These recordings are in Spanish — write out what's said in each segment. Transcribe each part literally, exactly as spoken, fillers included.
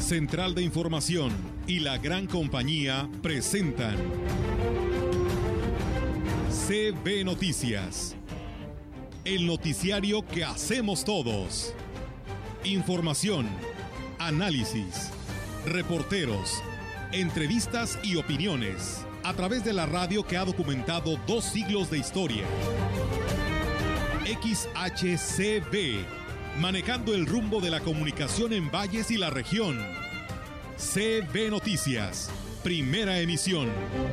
Central de Información y la gran compañía presentan C B Noticias, el noticiario que hacemos todos. Información, análisis, reporteros, entrevistas y opiniones a través de la radio que ha documentado dos siglos de historia. X H C B, manejando el rumbo de la comunicación en valles y la región. C B Noticias, primera emisión.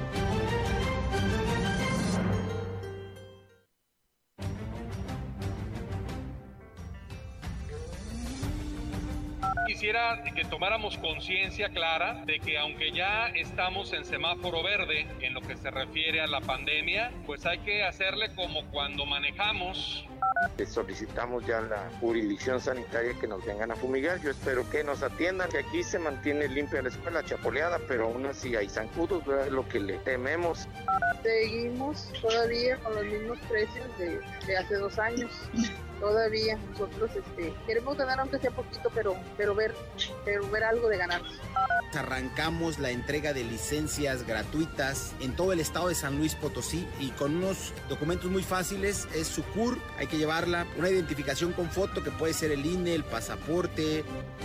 Quisiera que tomáramos conciencia clara de que aunque ya estamos en semáforo verde en lo que se refiere a la pandemia, pues hay que hacerle como cuando manejamos. Solicitamos ya la jurisdicción sanitaria que nos vengan a fumigar. Yo espero que nos atiendan, que aquí se mantiene limpia la escuela chapoleada, pero aún así hay zancudos, ¿verdad? Es lo que le tememos. Seguimos todavía con los mismos precios de, de hace dos años. Todavía nosotros este, queremos ganar aunque sea poquito, pero, pero, ver, pero ver algo de ganancia. Arrancamos la entrega de licencias gratuitas en todo el estado de San Luis Potosí y con unos documentos muy fáciles. Es su C U R, hay que llevarla, una identificación con foto que puede ser el I N E, el pasaporte.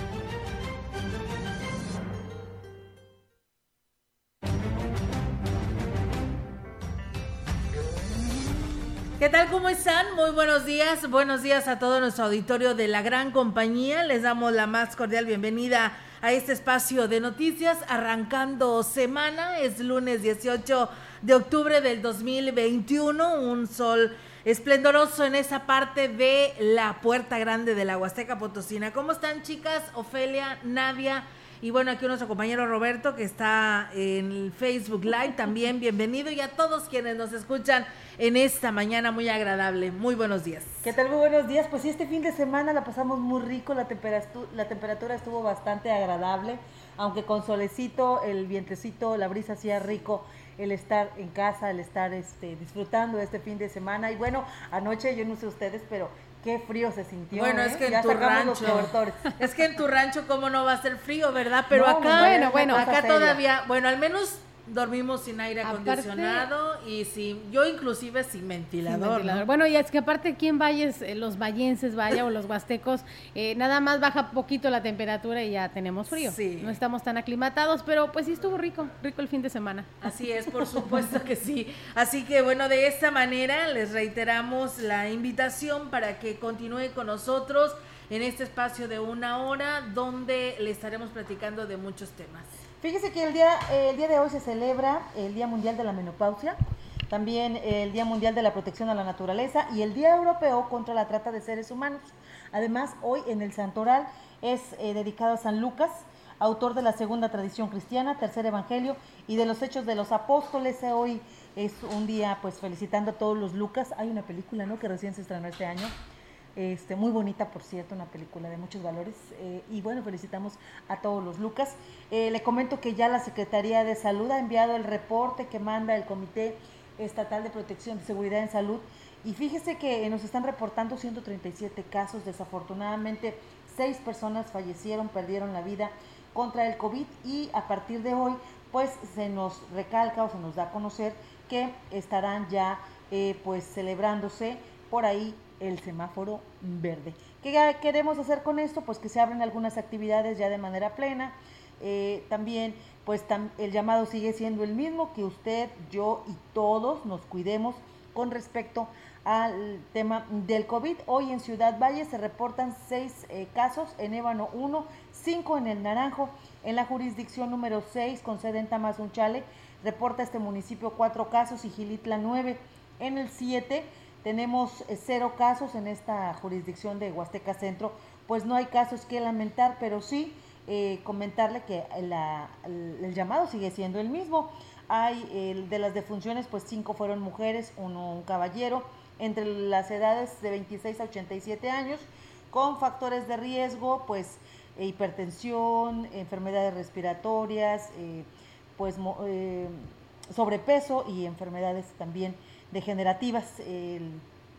¿Qué tal? ¿Cómo están? Muy buenos días. Buenos días a todo nuestro auditorio de la gran compañía. Les damos la más cordial bienvenida a este espacio de noticias. Arrancando semana, es lunes dieciocho de octubre del dos mil veintiuno. Un sol esplendoroso en esa parte de la Puerta Grande de la Huasteca Potosina. ¿Cómo están, chicas? Ofelia, Nadia. Y bueno, aquí nuestro compañero Roberto, que está en el Facebook Live, también bienvenido, y a todos quienes nos escuchan en esta mañana muy agradable. Muy buenos días. ¿Qué tal? Muy buenos días. Pues sí, este fin de semana la pasamos muy rico, la temperatura, la temperatura estuvo bastante agradable, aunque con solecito, el vientecito, la brisa hacía rico el estar en casa, el estar este, disfrutando de este fin de semana. Y bueno, anoche, yo no sé ustedes, pero qué frío se sintió. Bueno, ¿eh? es que en ya tu rancho, es que en tu rancho cómo no va a ser frío, ¿verdad? Pero no, acá, bueno, bueno, acá todavía, bueno, al menos dormimos sin aire acondicionado. Aparte, y sin, yo inclusive sin ventilador, sin ventilador. ¿no? Bueno, y es que aparte aquí en Valles, eh, los vallenses, vaya, o los huastecos, eh, nada más baja poquito la temperatura y ya tenemos frío. Sí. No estamos tan aclimatados, pero pues sí estuvo rico, rico el fin de semana. Así es, por supuesto que sí. Así que bueno, de esta manera les reiteramos la invitación para que continúe con nosotros en este espacio de una hora, donde le estaremos platicando de muchos temas. Fíjese que el día, eh, el día de hoy se celebra el Día Mundial de la Menopausia, también el Día Mundial de la Protección a la Naturaleza y el Día Europeo contra la Trata de Seres Humanos. Además, hoy en el Santoral es eh, dedicado a San Lucas, autor de la segunda tradición cristiana, tercer evangelio y de los Hechos de los Apóstoles. Hoy es un día, pues, felicitando a todos los Lucas. Hay una película, ¿no?, que recién se estrenó este año. Este, muy bonita, por cierto, una película de muchos valores, eh, y bueno, felicitamos a todos los Lucas. Eh, le comento que ya la Secretaría de Salud ha enviado el reporte que manda el Comité Estatal de Protección de Seguridad en Salud, y fíjese que nos están reportando ciento treinta y siete casos. Desafortunadamente, seis personas fallecieron, perdieron la vida contra el COVID, y a partir de hoy, pues se nos recalca o se nos da a conocer que estarán ya eh, pues celebrándose por ahí el semáforo verde. ¿Qué queremos hacer con esto? Pues que se abren algunas actividades ya de manera plena. Eh, también, pues tam, el llamado sigue siendo el mismo, que usted, yo y todos nos cuidemos con respecto al tema del COVID. Hoy en Ciudad Valle se reportan seis eh, casos, en Ébano uno, cinco en el Naranjo. En la jurisdicción número seis, con sede en Tamazunchale, reporta este municipio cuatro casos y Gilitla nueve. En el siete tenemos cero casos en esta jurisdicción de Huasteca Centro. Pues no hay casos que lamentar, pero sí eh, comentarle que la, el, el llamado sigue siendo el mismo. Hay el de las defunciones, pues cinco fueron mujeres, uno un caballero, entre las edades de veintiséis a ochenta y siete años, con factores de riesgo, pues eh, hipertensión, enfermedades respiratorias, eh, pues eh, sobrepeso y enfermedades también degenerativas. El,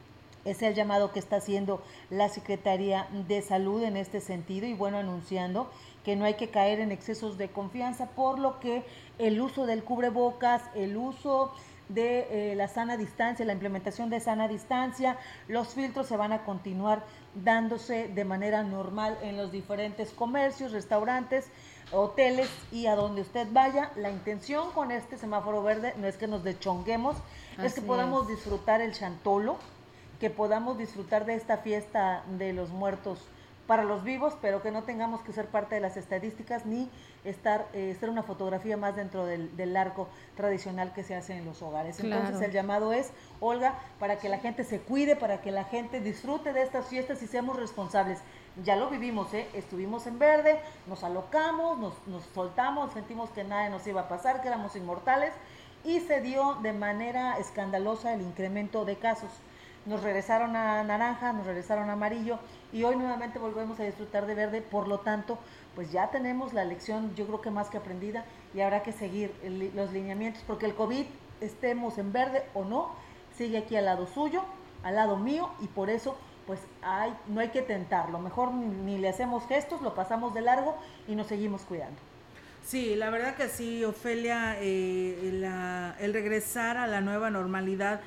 Es el llamado que está haciendo la Secretaría de Salud en este sentido y bueno, anunciando que no hay que caer en excesos de confianza, por lo que el uso del cubrebocas, el uso de eh, la sana distancia, la implementación de sana distancia, los filtros se van a continuar dándose de manera normal en los diferentes comercios, restaurantes, hoteles y a donde usted vaya. La intención con este semáforo verde no es que nos deschonguemos, Así es que podamos es. disfrutar el chantolo, que podamos disfrutar de esta fiesta de los muertos para los vivos, pero que no tengamos que ser parte de las estadísticas ni estar eh, ser una fotografía más dentro del, del arco tradicional que se hace en los hogares. Claro. Entonces el llamado es, Olga, para que la gente se cuide, para que la gente disfrute de estas fiestas y seamos responsables. Ya lo vivimos, ¿eh? Estuvimos en verde, nos alocamos, nos, nos soltamos, sentimos que nada nos iba a pasar, que éramos inmortales, y se dio de manera escandalosa el incremento de casos. Nos regresaron a naranja, nos regresaron a amarillo y hoy nuevamente volvemos a disfrutar de verde. Por lo tanto, pues ya tenemos la lección, yo creo que más que aprendida, y habrá que seguir el, los lineamientos, porque el COVID, estemos en verde o no, sigue aquí al lado suyo, al lado mío, y por eso pues hay, no hay que tentarlo. Mejor ni, ni le hacemos gestos, lo pasamos de largo y nos seguimos cuidando. Sí, la verdad que sí, Ofelia, eh, la, el regresar a la nueva normalidad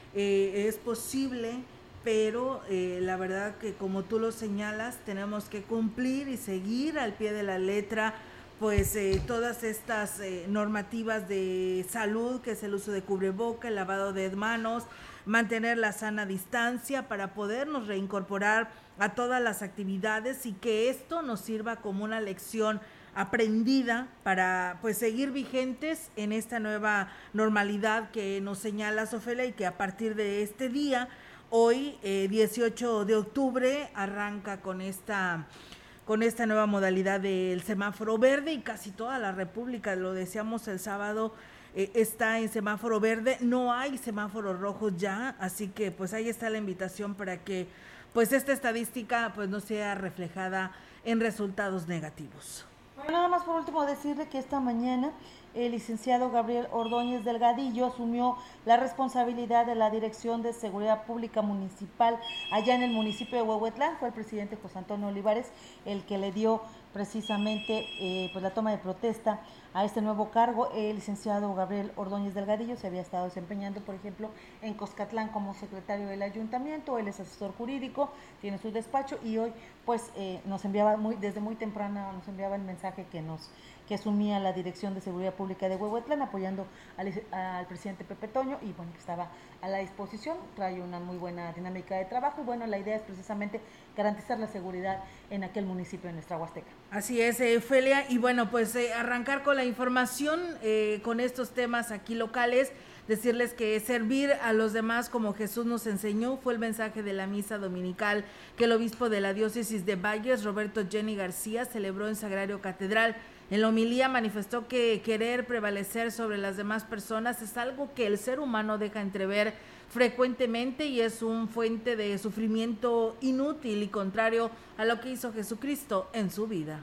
Eh, es posible, pero eh, la verdad que como tú lo señalas, tenemos que cumplir y seguir al pie de la letra pues eh, todas estas eh, normativas de salud, que es el uso de cubreboca, el lavado de manos, mantener la sana distancia para podernos reincorporar a todas las actividades y que esto nos sirva como una lección aprendida para pues seguir vigentes en esta nueva normalidad que nos señala Ofelia, y que a partir de este día, hoy eh, dieciocho de octubre, arranca con esta con esta nueva modalidad del semáforo verde, y casi toda la República, lo decíamos el sábado, eh, está en semáforo verde, no hay semáforos rojos ya, así que pues ahí está la invitación para que pues esta estadística pues no sea reflejada en resultados negativos. Bueno, nada más por último decirle que esta mañana el licenciado Gabriel Ordóñez Delgadillo asumió la responsabilidad de la Dirección de Seguridad Pública Municipal allá en el municipio de Huehuetlán. Fue el presidente José Antonio Olivares el que le dio precisamente eh, pues la toma de protesta a este nuevo cargo. El licenciado Gabriel Ordóñez Delgadillo se había estado desempeñando, por ejemplo, en Coscatlán como secretario del ayuntamiento. Él es asesor jurídico, tiene su despacho y hoy pues eh, nos enviaba muy desde muy temprano nos enviaba el mensaje que nos que asumía la Dirección de Seguridad Pública de Huehuetlán, apoyando al, al presidente Pepe Toño, y bueno, que estaba a la disposición, trae una muy buena dinámica de trabajo, y bueno, la idea es precisamente garantizar la seguridad en aquel municipio de nuestra Huasteca. Así es, eh, Felia, y bueno, pues eh, arrancar con la información, eh, con estos temas aquí locales, decirles que servir a los demás como Jesús nos enseñó fue el mensaje de la misa dominical que el obispo de la diócesis de Valles, Roberto Jenny García, celebró en Sagrario Catedral. En la homilía manifestó que querer prevalecer sobre las demás personas es algo que el ser humano deja entrever frecuentemente y es un fuente de sufrimiento inútil y contrario a lo que hizo Jesucristo en su vida.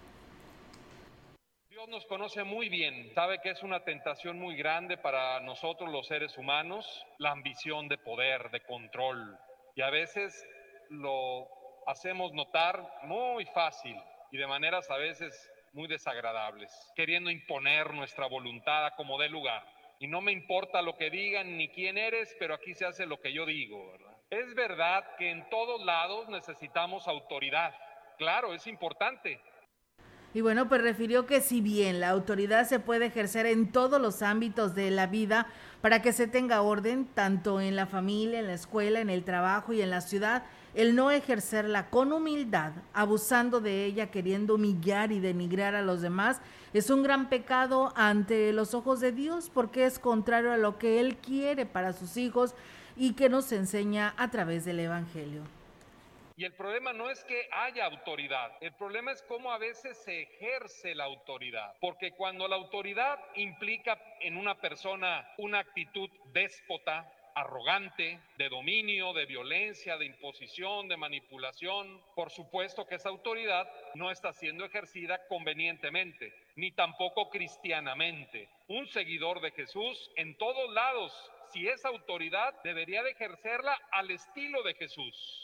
Dios nos conoce muy bien, sabe que es una tentación muy grande para nosotros los seres humanos, la ambición de poder, de control, y a veces lo hacemos notar muy fácil y de maneras a veces muy desagradables, queriendo imponer nuestra voluntad a como dé lugar. Y no me importa lo que digan ni quién eres, pero aquí se hace lo que yo digo, ¿verdad? Es verdad que en todos lados necesitamos autoridad. Claro, es importante. Y bueno, pues refirió que si bien la autoridad se puede ejercer en todos los ámbitos de la vida para que se tenga orden, tanto en la familia, en la escuela, en el trabajo y en la ciudad, el no ejercerla con humildad, abusando de ella, queriendo humillar y denigrar a los demás, es un gran pecado ante los ojos de Dios, porque es contrario a lo que Él quiere para sus hijos y que nos enseña a través del Evangelio. Y el problema no es que haya autoridad, el problema es cómo a veces se ejerce la autoridad, porque cuando la autoridad implica en una persona una actitud déspota, arrogante, de dominio, de violencia, de imposición, de manipulación, por supuesto que esa autoridad no está siendo ejercida convenientemente, ni tampoco cristianamente. Un seguidor de Jesús en todos lados si es autoridad, debería de ejercerla al estilo de Jesús.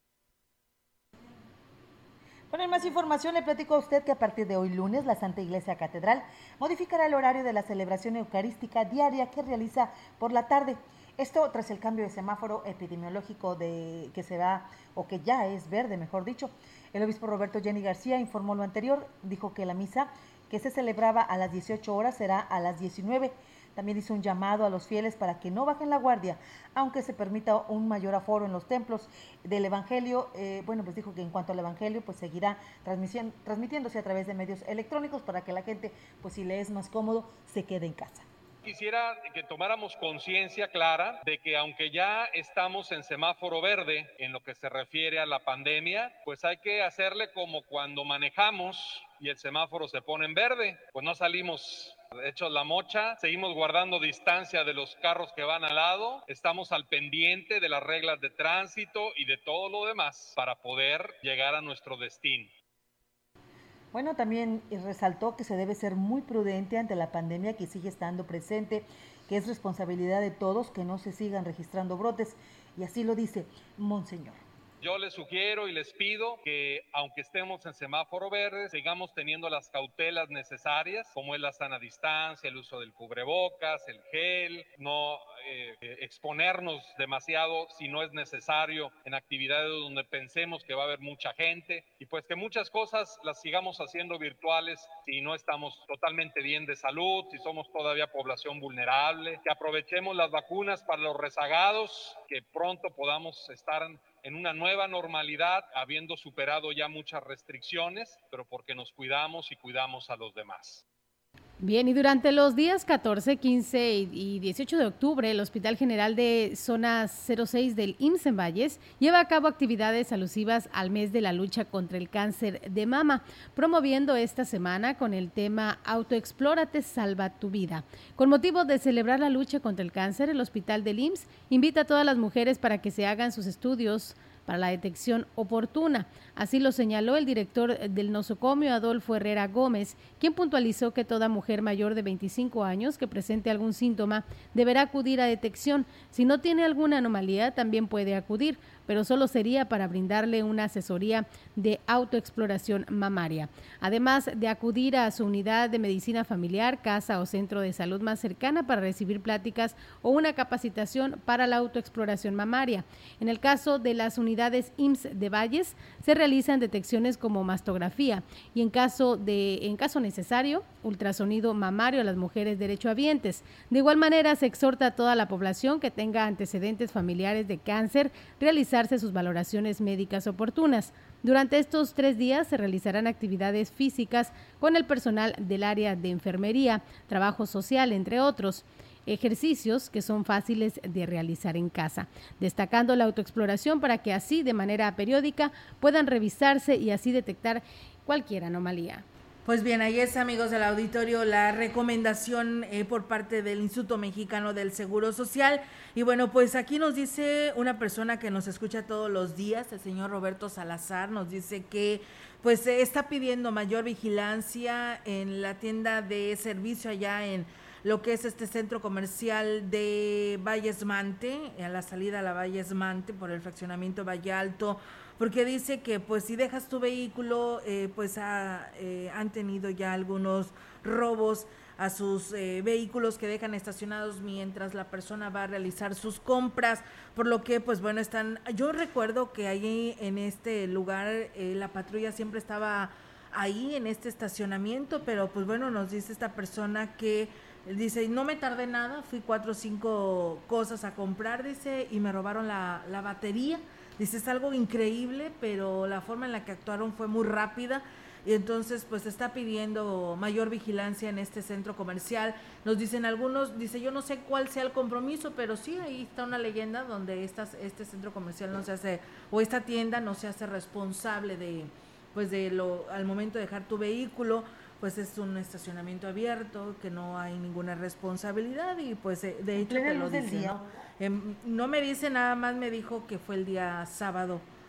Bueno, en más información le platico a usted que a partir de hoy lunes la Santa Iglesia Catedral modificará el horario de la celebración eucarística diaria que realiza por la tarde. Esto tras el cambio de semáforo epidemiológico de que se va o que ya es verde, mejor dicho. El obispo Roberto Jenny García informó lo anterior, dijo que la misa que se celebraba a las dieciocho horas será a las diecinueve. También hizo un llamado a los fieles para que no bajen la guardia, aunque se permita un mayor aforo en los templos del Evangelio. Eh, bueno, pues dijo que en cuanto al Evangelio, pues seguirá transmitiéndose a través de medios electrónicos para que la gente, pues si le es más cómodo, se quede en casa. Quisiera que tomáramos conciencia clara de que aunque ya estamos en semáforo verde en lo que se refiere a la pandemia, pues hay que hacerle como cuando manejamos y el semáforo se pone en verde, pues no salimos hechos la mocha, seguimos guardando distancia de los carros que van al lado, estamos al pendiente de las reglas de tránsito y de todo lo demás para poder llegar a nuestro destino. Bueno, también resaltó que se debe ser muy prudente ante la pandemia que sigue estando presente, que es responsabilidad de todos que no se sigan registrando brotes, y así lo dice Monseñor. Yo les sugiero y les pido que, aunque estemos en semáforo verde, sigamos teniendo las cautelas necesarias, como es la sana distancia, el uso del cubrebocas, el gel, no eh, exponernos demasiado si no es necesario en actividades donde pensemos que va a haber mucha gente, y pues que muchas cosas las sigamos haciendo virtuales si no estamos totalmente bien de salud, si somos todavía población vulnerable, que aprovechemos las vacunas para los rezagados, que pronto podamos estar en una nueva normalidad, habiendo superado ya muchas restricciones, pero porque nos cuidamos y cuidamos a los demás. Bien, y durante los días catorce, quince y dieciocho de octubre, el Hospital General de Zona cero seis del I M S S en Valles lleva a cabo actividades alusivas al mes de la lucha contra el cáncer de mama, promoviendo esta semana con el tema Autoexplórate, salva tu vida. Con motivo de celebrar la lucha contra el cáncer, el Hospital del I M S S invita a todas las mujeres para que se hagan sus estudios para la detección oportuna. Así lo señaló el director del nosocomio, Adolfo Herrera Gómez, quien puntualizó que toda mujer mayor de veinticinco años que presente algún síntoma deberá acudir a detección. Si no tiene alguna anomalía, también puede acudir, pero solo sería para brindarle una asesoría de autoexploración mamaria. Además de acudir a su unidad de medicina familiar, casa o centro de salud más cercana para recibir pláticas o una capacitación para la autoexploración mamaria. En el caso de las unidades I M S S de Valles, se realizan detecciones como mastografía y en caso de, en caso necesario, ultrasonido mamario a las mujeres derechohabientes. De igual manera, se exhorta a toda la población que tenga antecedentes familiares de cáncer realizarse sus valoraciones médicas oportunas. Durante estos tres días se realizarán actividades físicas con el personal del área de enfermería, trabajo social, entre otros. Ejercicios que son fáciles de realizar en casa, destacando la autoexploración para que así de manera periódica puedan revisarse y así detectar cualquier anomalía. Pues bien, ahí es, amigos del auditorio, la recomendación eh, por parte del Instituto Mexicano del Seguro Social. Y bueno, pues aquí nos dice una persona que nos escucha todos los días, el señor Roberto Salazar, nos dice que pues eh, está pidiendo mayor vigilancia en la tienda de servicio allá en lo que es este centro comercial de Valles Mante, a la salida a la Valles Mante por el fraccionamiento Valle Alto, porque dice que pues si dejas tu vehículo, eh, pues ha, eh, han tenido ya algunos robos a sus eh, vehículos que dejan estacionados mientras la persona va a realizar sus compras, por lo que pues bueno, están, yo recuerdo que ahí en este lugar eh, la patrulla siempre estaba ahí en este estacionamiento, pero pues bueno, nos dice esta persona que dice, no me tardé nada, fui cuatro o cinco cosas a comprar, dice, y me robaron la, la batería. Dice, es algo increíble, pero la forma en la que actuaron fue muy rápida. Y entonces, pues, está pidiendo mayor vigilancia en este centro comercial. Nos dicen algunos, dice, yo no sé cuál sea el compromiso, pero sí, ahí está una leyenda donde estas, este centro comercial no se hace, o esta tienda no se hace responsable de, pues, de lo, al momento de dejar tu vehículo, pues es un estacionamiento abierto, que no hay ninguna responsabilidad y pues de hecho te lo dice, ¿no? Eh, no me dice nada más, me dijo que fue el día sábado,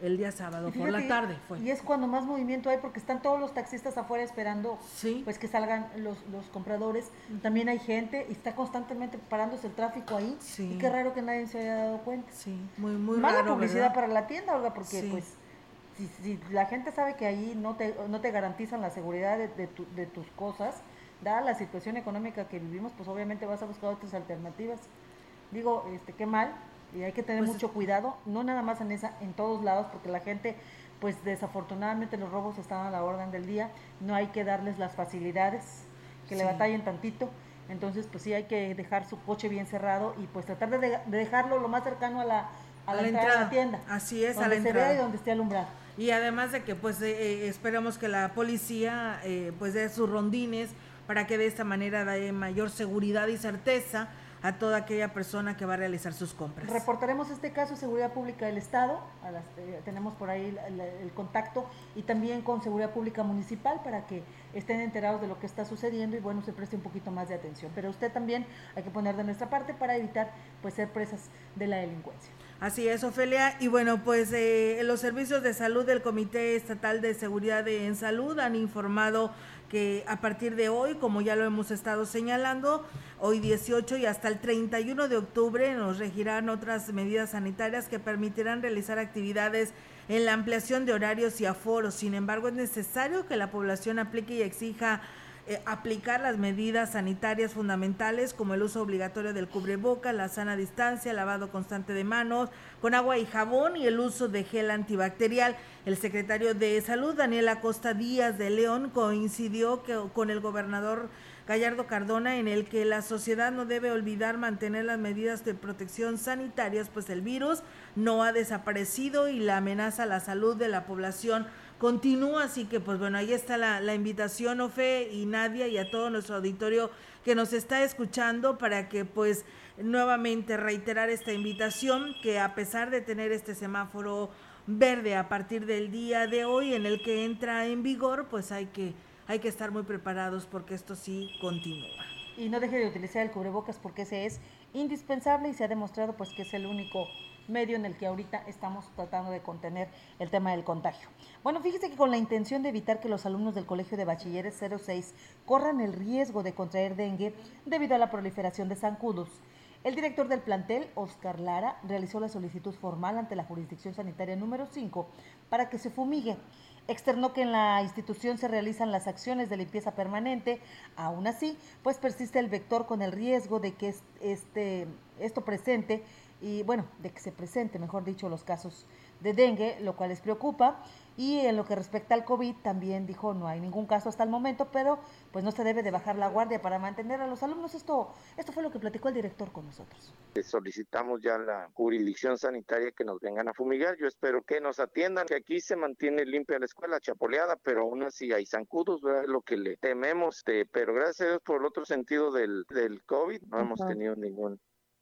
el día sábado, por la tarde fue. Y es cuando más movimiento hay porque están todos los taxistas afuera esperando sí. pues que salgan los, los compradores. Uh-huh. También hay gente y está constantemente parándose el tráfico ahí. Sí. Y qué raro que nadie se haya dado cuenta. Sí, muy, muy Mala raro, publicidad ¿verdad? para la tienda, Olga, porque sí. pues si, si la gente sabe que ahí no te, no te garantizan la seguridad de, de, tu, de tus cosas, dada la situación económica que vivimos, pues obviamente vas a buscar otras alternativas. Digo, este, qué mal, y hay que tener pues, mucho cuidado, no nada más en esa, en todos lados, porque la gente, pues desafortunadamente los robos están a la orden del día, no hay que darles las facilidades, que sí. le batallen tantito, entonces pues sí hay que dejar su coche bien cerrado y pues tratar de, de dejarlo lo más cercano a la, a a la, la entrada, entrada de la tienda. Así es, donde a la se entrada. vea y donde esté alumbrado. Y además de que pues eh, esperamos que la policía eh, pues dé sus rondines para que de esta manera dé mayor seguridad y certeza a toda aquella persona que va a realizar sus compras. Reportaremos este caso a Seguridad Pública del Estado, a las, eh, tenemos por ahí el, el contacto, y también con Seguridad Pública Municipal para que estén enterados de lo que está sucediendo y bueno, se preste un poquito más de atención. Pero usted también hay que poner de nuestra parte para evitar pues ser presas de la delincuencia. Así es, Ofelia, y bueno, pues eh, los servicios de salud del Comité Estatal de Seguridad en Salud han informado que a partir de hoy, como ya lo hemos estado señalando, hoy dieciocho y hasta el treinta y uno de octubre nos regirán otras medidas sanitarias que permitirán realizar actividades en la ampliación de horarios y aforos. Sin embargo, es necesario que la población aplique y exija Eh, aplicar las medidas sanitarias fundamentales como el uso obligatorio del cubrebocas, la sana distancia, lavado constante de manos con agua y jabón y el uso de gel antibacterial. El secretario de Salud, Daniel Acosta Díaz de León, coincidió que, con el gobernador Gallardo Cardona en el que la sociedad no debe olvidar mantener las medidas de protección sanitarias, pues el virus no ha desaparecido y la amenaza a la salud de la población continúa, así que pues bueno, ahí está la, la invitación, Ofe y Nadia, y a todo nuestro auditorio que nos está escuchando para que pues nuevamente reiterar esta invitación, que a pesar de tener este semáforo verde a partir del día de hoy en el que entra en vigor, pues hay que, hay que estar muy preparados porque esto sí continúa. Y no deje de utilizar el cubrebocas porque ese es indispensable y se ha demostrado pues que es el único medio en el que ahorita estamos tratando de contener el tema del contagio. Bueno, fíjese que con la intención de evitar que los alumnos del Colegio de Bachilleres cero seis corran el riesgo de contraer dengue debido a la proliferación de zancudos, el director del plantel, Oscar Lara, realizó la solicitud formal ante la jurisdicción sanitaria número cinco para que se fumigue. Externó que en la institución se realizan las acciones de limpieza permanente, aún así, pues persiste el vector con el riesgo de que este, esto presente y bueno, de que se presente, mejor dicho, los casos de dengue, lo cual les preocupa. Y en lo que respecta al COVID, también dijo, no hay ningún caso hasta el momento, pero pues no se debe de bajar la guardia para mantener a los alumnos. Esto, esto fue lo que platicó el director con nosotros. Solicitamos ya la jurisdicción sanitaria que nos vengan a fumigar. Yo espero que nos atiendan, que aquí se mantiene limpia la escuela, chapoleada, pero aún así hay zancudos, ¿verdad? Lo que le tememos, de, pero gracias a Dios por el otro sentido del, del COVID, no uh-huh. hemos tenido ningún.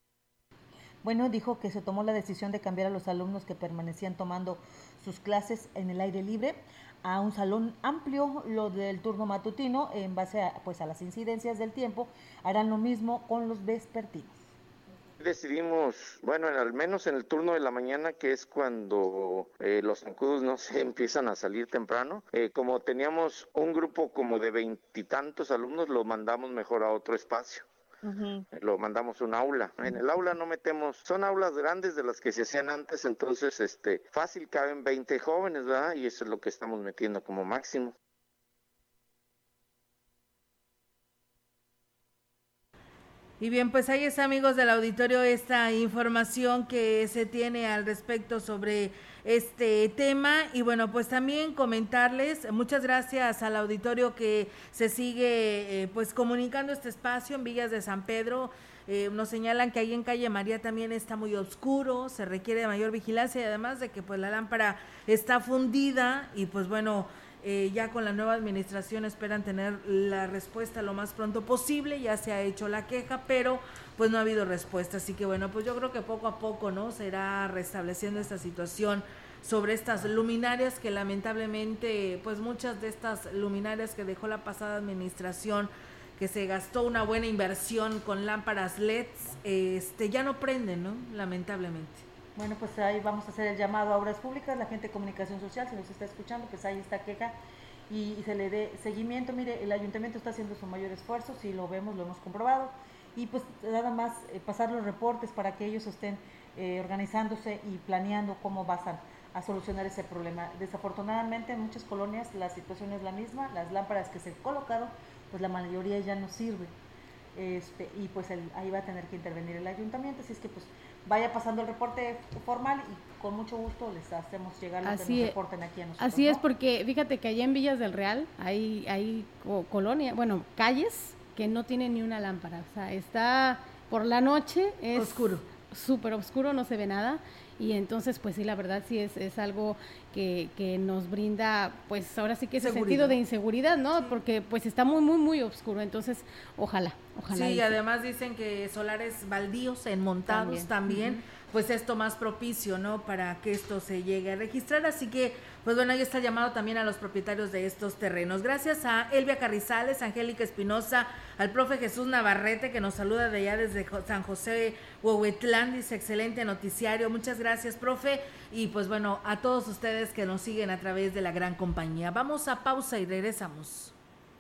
Bueno, dijo que se tomó la decisión de cambiar a los alumnos que permanecían tomando sus clases en el aire libre a un salón amplio, lo del turno matutino, en base a, pues, a las incidencias del tiempo. Harán lo mismo con los vespertinos. Decidimos, bueno, al menos en el turno de la mañana, que es cuando eh, los zancudos no se empiezan a salir temprano, eh, como teníamos un grupo como de veintitantos alumnos, lo mandamos mejor a otro espacio. Uh-huh. Lo mandamos a un aula. En el aula no metemos, son aulas grandes de las que se hacían antes, entonces este fácil caben veinte jóvenes, ¿verdad? Y eso es lo que estamos metiendo como máximo. Y bien, pues ahí está, amigos del auditorio, esta información que se tiene al respecto sobre este tema. Y bueno, pues también comentarles, muchas gracias al auditorio que se sigue eh, pues comunicando este espacio en Villas de San Pedro. Eh, nos señalan que ahí en Calle María también está muy oscuro, se requiere de mayor vigilancia y además de que pues la lámpara está fundida y pues bueno, Eh, ya con la nueva administración esperan tener la respuesta lo más pronto posible. Ya se ha hecho la queja, pero pues no ha habido respuesta, así que bueno, pues yo creo que poco a poco, ¿no?, se irá restableciendo esta situación sobre estas luminarias que lamentablemente, pues muchas de estas luminarias que dejó la pasada administración, que se gastó una buena inversión con lámparas L E Ds, este, ya no prenden, ¿no?, lamentablemente. Bueno, pues ahí vamos a hacer el llamado a Obras Públicas, la gente de Comunicación Social, si nos está escuchando, pues ahí está queja y, y se le dé seguimiento. Mire, el ayuntamiento está haciendo su mayor esfuerzo, si lo vemos, lo hemos comprobado, y pues nada más eh, pasar los reportes para que ellos estén eh, organizándose y planeando cómo van a, a solucionar ese problema. Desafortunadamente en muchas colonias la situación es la misma, las lámparas que se han colocado, pues la mayoría ya no sirve. Este, y pues el, ahí va a tener que intervenir el ayuntamiento, así es que pues vaya pasando el reporte formal y con mucho gusto les hacemos llegar lo que nos reporten aquí a nosotros. Así ¿no? es, porque fíjate que allá en Villas del Real hay, hay colonia, bueno, calles que no tienen ni una lámpara, o sea, está por la noche, es oscuro, súper oscuro, no se ve nada. Y entonces, pues sí, la verdad sí es, es algo que, que nos brinda, pues ahora sí que ese Seguridad. sentido de inseguridad, ¿no? Sí. Porque pues está muy, muy, muy oscuro, entonces ojalá, ojalá. Sí, y además dicen que solares baldíos enmontados también, también uh-huh. pues esto más propicio, ¿no? Para que esto se llegue a registrar, así que, pues bueno, ahí está el llamado también a los propietarios de estos terrenos. Gracias a Elvia Carrizales, Angélica Espinosa, al profe Jesús Navarrete, que nos saluda de allá desde San José, Huehuetlán, dice, excelente noticiario, muchas gracias, profe, y pues bueno, a todos ustedes que nos siguen a través de la gran compañía. Vamos a pausa y regresamos.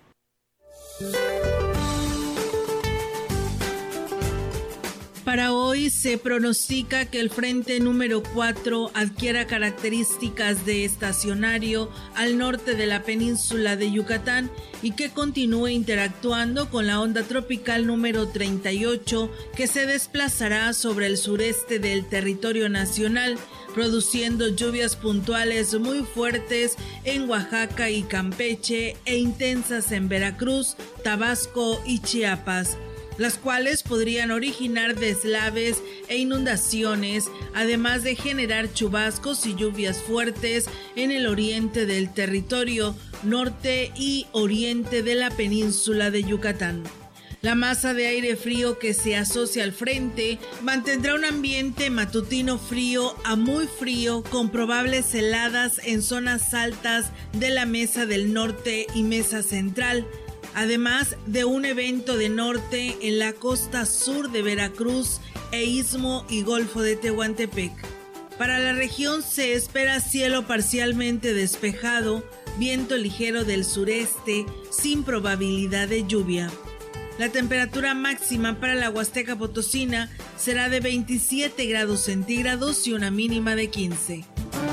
Para hoy se pronostica que el frente número cuatro adquiera características de estacionario al norte de la península de Yucatán y que continúe interactuando con la onda tropical número treinta y ocho que se desplazará sobre el sureste del territorio nacional, produciendo lluvias puntuales muy fuertes en Oaxaca y Campeche e intensas en Veracruz, Tabasco y Chiapas, las cuales podrían originar deslaves e inundaciones, además de generar chubascos y lluvias fuertes en el oriente del territorio, norte y oriente de la península de Yucatán. La masa de aire frío que se asocia al frente mantendrá un ambiente matutino frío a muy frío con probables heladas en zonas altas de la Mesa del Norte y Mesa Central, además de un evento de norte en la costa sur de Veracruz e Istmo y Golfo de Tehuantepec. Para la región se espera cielo parcialmente despejado, viento ligero del sureste, sin probabilidad de lluvia. La temperatura máxima para la Huasteca Potosina será de veintisiete grados centígrados y una mínima de quince.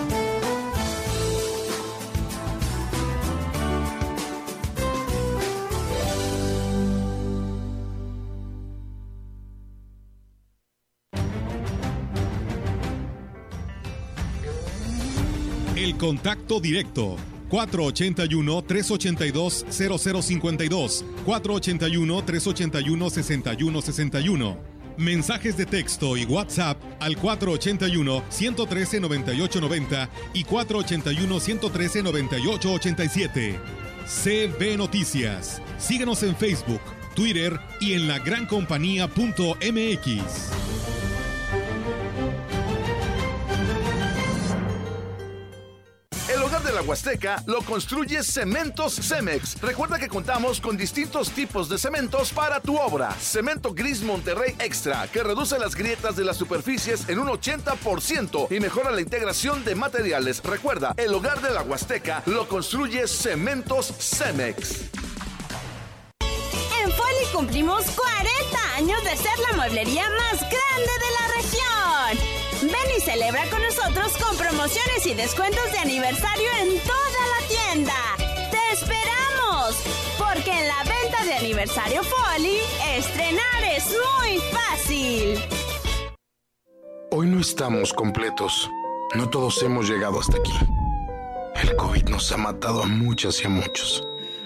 El contacto directo cuatro ochenta y uno, tres ochenta y dos, cero cero cincuenta y dos, cuatro ochenta y uno, tres ochenta y uno, sesenta y uno sesenta y uno. Mensajes de texto y WhatsApp al cuatro ochenta y uno, ciento trece, noventa y ocho noventa y cuatro ochenta y uno, ciento trece, noventa y ocho ochenta y siete. C B Noticias. Síguenos en Facebook, Twitter y en la gran compañía punto m x. El hogar de la Huasteca lo construye Cementos Cemex. Recuerda que contamos con distintos tipos de cementos para tu obra. Cemento Gris Monterrey Extra, que reduce las grietas de las superficies en un ochenta por ciento y mejora la integración de materiales. Recuerda, el hogar de la Huasteca lo construye Cementos Cemex. En Foli cumplimos cuarenta años de ser la mueblería más grande de la región. Ven y celebra con nosotros con promociones y descuentos de aniversario en toda la tienda. ¡Te esperamos! Porque en la venta de aniversario Foli, estrenar es muy fácil. Hoy no estamos completos. No todos hemos llegado hasta aquí. El COVID nos ha matado a muchas y a muchos.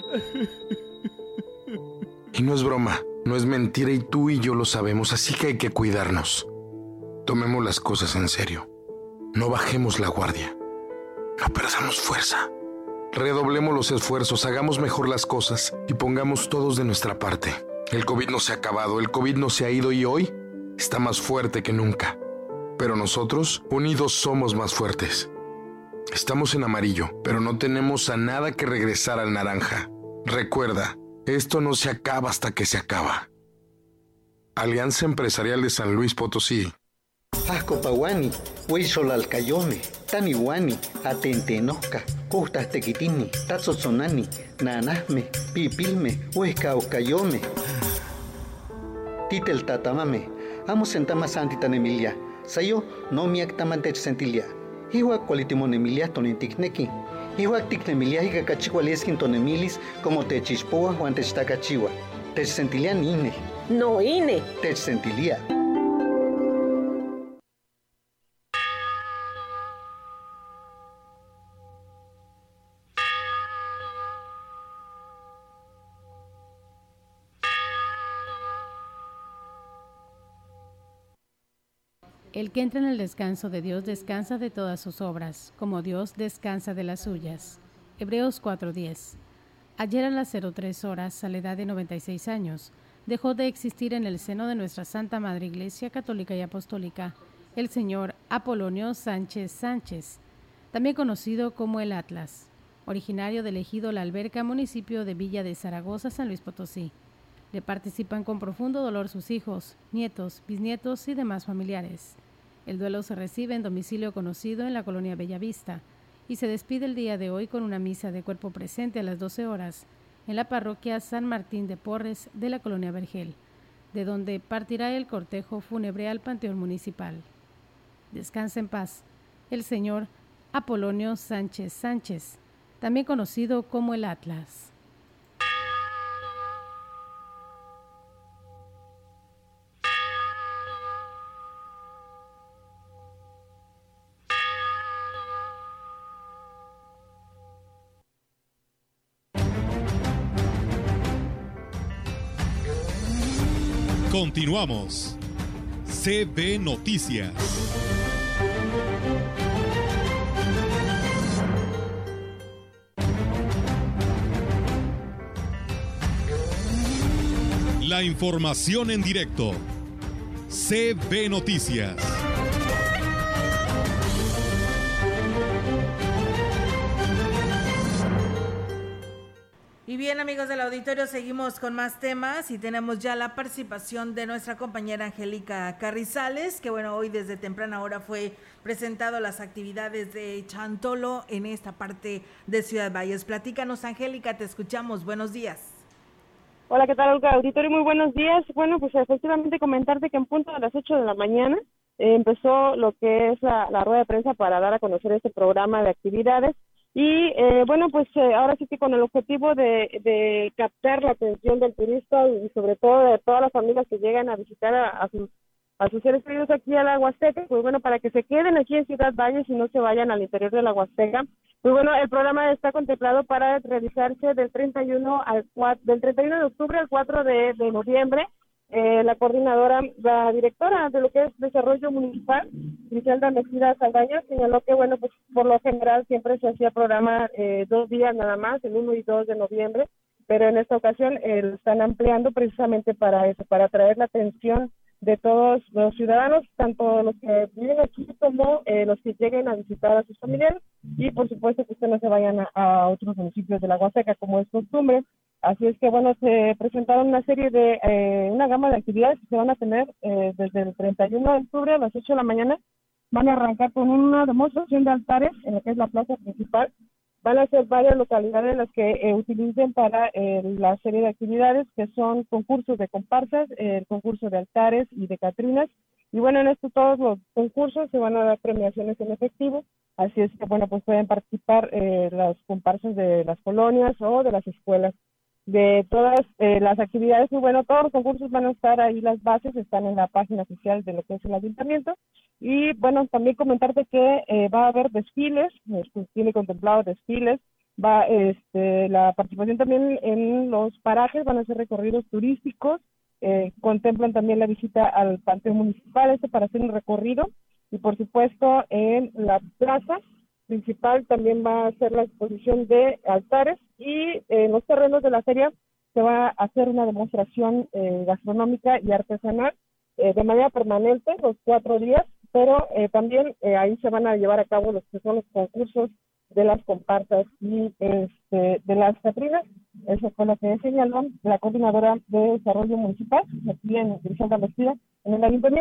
Y no es broma, no es mentira y tú y yo lo sabemos, así que hay que cuidarnos. Tomemos las cosas en serio. No bajemos la guardia. No perdamos fuerza. Redoblemos los esfuerzos, hagamos mejor las cosas y pongamos todos de nuestra parte. El COVID no se ha acabado, el COVID no se ha ido y hoy está más fuerte que nunca. Pero nosotros, unidos, somos más fuertes. Estamos en amarillo, pero no tenemos a nada que regresar al naranja. Recuerda, esto no se acaba hasta que se acaba. Alianza Empresarial de San Luis Potosí. Ascopawani, Huizolalcayome, Taniwani, Atentenoca, Costas Tequitini, Tazotzonani, Nanasme, Pipilme, Huescaocayome. Titel Tatamame, Amo Sentama Santitan Emilia, Sayo no miactamantech sentilia. Igual cualitimon Emilia toninticnequi. Igual ticnemilia y cachihualesquin tonemilis como techispoa o antechtacachiwa. Tech sentilia nine. No ine. Tech sentilia. El que entra en el descanso de Dios descansa de todas sus obras, como Dios descansa de las suyas. Hebreos cuatro diez. Ayer a las cero tres horas, a la edad de noventa y seis años, dejó de existir en el seno de nuestra Santa Madre Iglesia Católica y Apostólica el señor Apolonio Sánchez Sánchez, también conocido como el Atlas, originario del ejido La Alberca, municipio de Villa de Zaragoza, San Luis Potosí. Le participan con profundo dolor sus hijos, nietos, bisnietos y demás familiares. El duelo se recibe en domicilio conocido en la colonia Bellavista y se despide el día de hoy con una misa de cuerpo presente a las doce horas en la parroquia San Martín de Porres de la colonia Vergel, de donde partirá el cortejo fúnebre al Panteón Municipal. Descansa en paz el señor Apolonio Sánchez Sánchez, también conocido como el Atlas. Continuamos. C B Noticias. La información en directo. C B Noticias. Y bien, amigos del auditorio, seguimos con más temas y tenemos ya la participación de nuestra compañera Angélica Carrizales, que bueno, hoy desde temprana hora fue presentado las actividades de Chantolo en esta parte de Ciudad Valles. Platícanos, Angélica, te escuchamos. Buenos días. Hola, ¿qué tal, Olga? Auditorio, muy buenos días. Bueno, pues efectivamente comentarte que en punto de las ocho de la mañana eh, empezó lo que es la, la rueda de prensa para dar a conocer este programa de actividades. Y eh, bueno, pues eh, ahora sí que con el objetivo de, de captar la atención del turista y sobre todo de todas las familias que llegan a visitar a, a, sus, a sus seres queridos aquí a la Huasteca, pues bueno, para que se queden aquí en Ciudad Valles y no se vayan al interior de la Huasteca. Pues bueno, el programa está contemplado para realizarse del treinta y uno al cuatro, del treinta y uno de octubre al cuatro de, de noviembre. Eh, la coordinadora, la directora de lo que es Desarrollo Municipal, Griselda Mejía Saldaña, señaló que, bueno, pues por lo general siempre se hacía programa eh, dos días nada más, el uno y dos de noviembre, pero en esta ocasión eh, lo están ampliando precisamente para eso, para atraer la atención de todos los ciudadanos, tanto los que viven aquí como eh, los que lleguen a visitar a sus familiares, y por supuesto que ustedes no se vayan a, a otros municipios de la Huasteca, como es costumbre. Así es que, bueno, se presentaron una serie de, eh, una gama de actividades que se van a tener eh, desde el treinta y uno de octubre a las ocho de la mañana. Van a arrancar con una demostración de altares en la que es la plaza principal. Van a ser varias localidades las que eh, utilicen para eh, la serie de actividades, que son concursos de comparsas, eh, el concurso de altares y de catrinas. Y bueno, en esto todos los concursos se van a dar premiaciones en efectivo. Así es que, bueno, pues pueden participar eh, las comparsas de las colonias o de las escuelas. De todas eh, las actividades, y bueno, todos los concursos van a estar ahí, las bases están en la página oficial de lo que es el ayuntamiento. Y bueno, también comentarte que eh, va a haber desfiles, pues, tiene contemplado desfiles, va este, la participación también en los parajes, van a ser recorridos turísticos, eh, contemplan también la visita al Panteón Municipal, este para hacer un recorrido, y por supuesto en la plaza principal también va a ser la exposición de altares, y en los terrenos de la feria se va a hacer una demostración eh, gastronómica y artesanal eh, de manera permanente los cuatro días, pero eh, también eh, ahí se van a llevar a cabo los que son los concursos de las comparsas y este, de las catrinas. Eso fue lo que señaló la coordinadora de Desarrollo Municipal aquí en Griselda Mejía, en el ayuntamiento.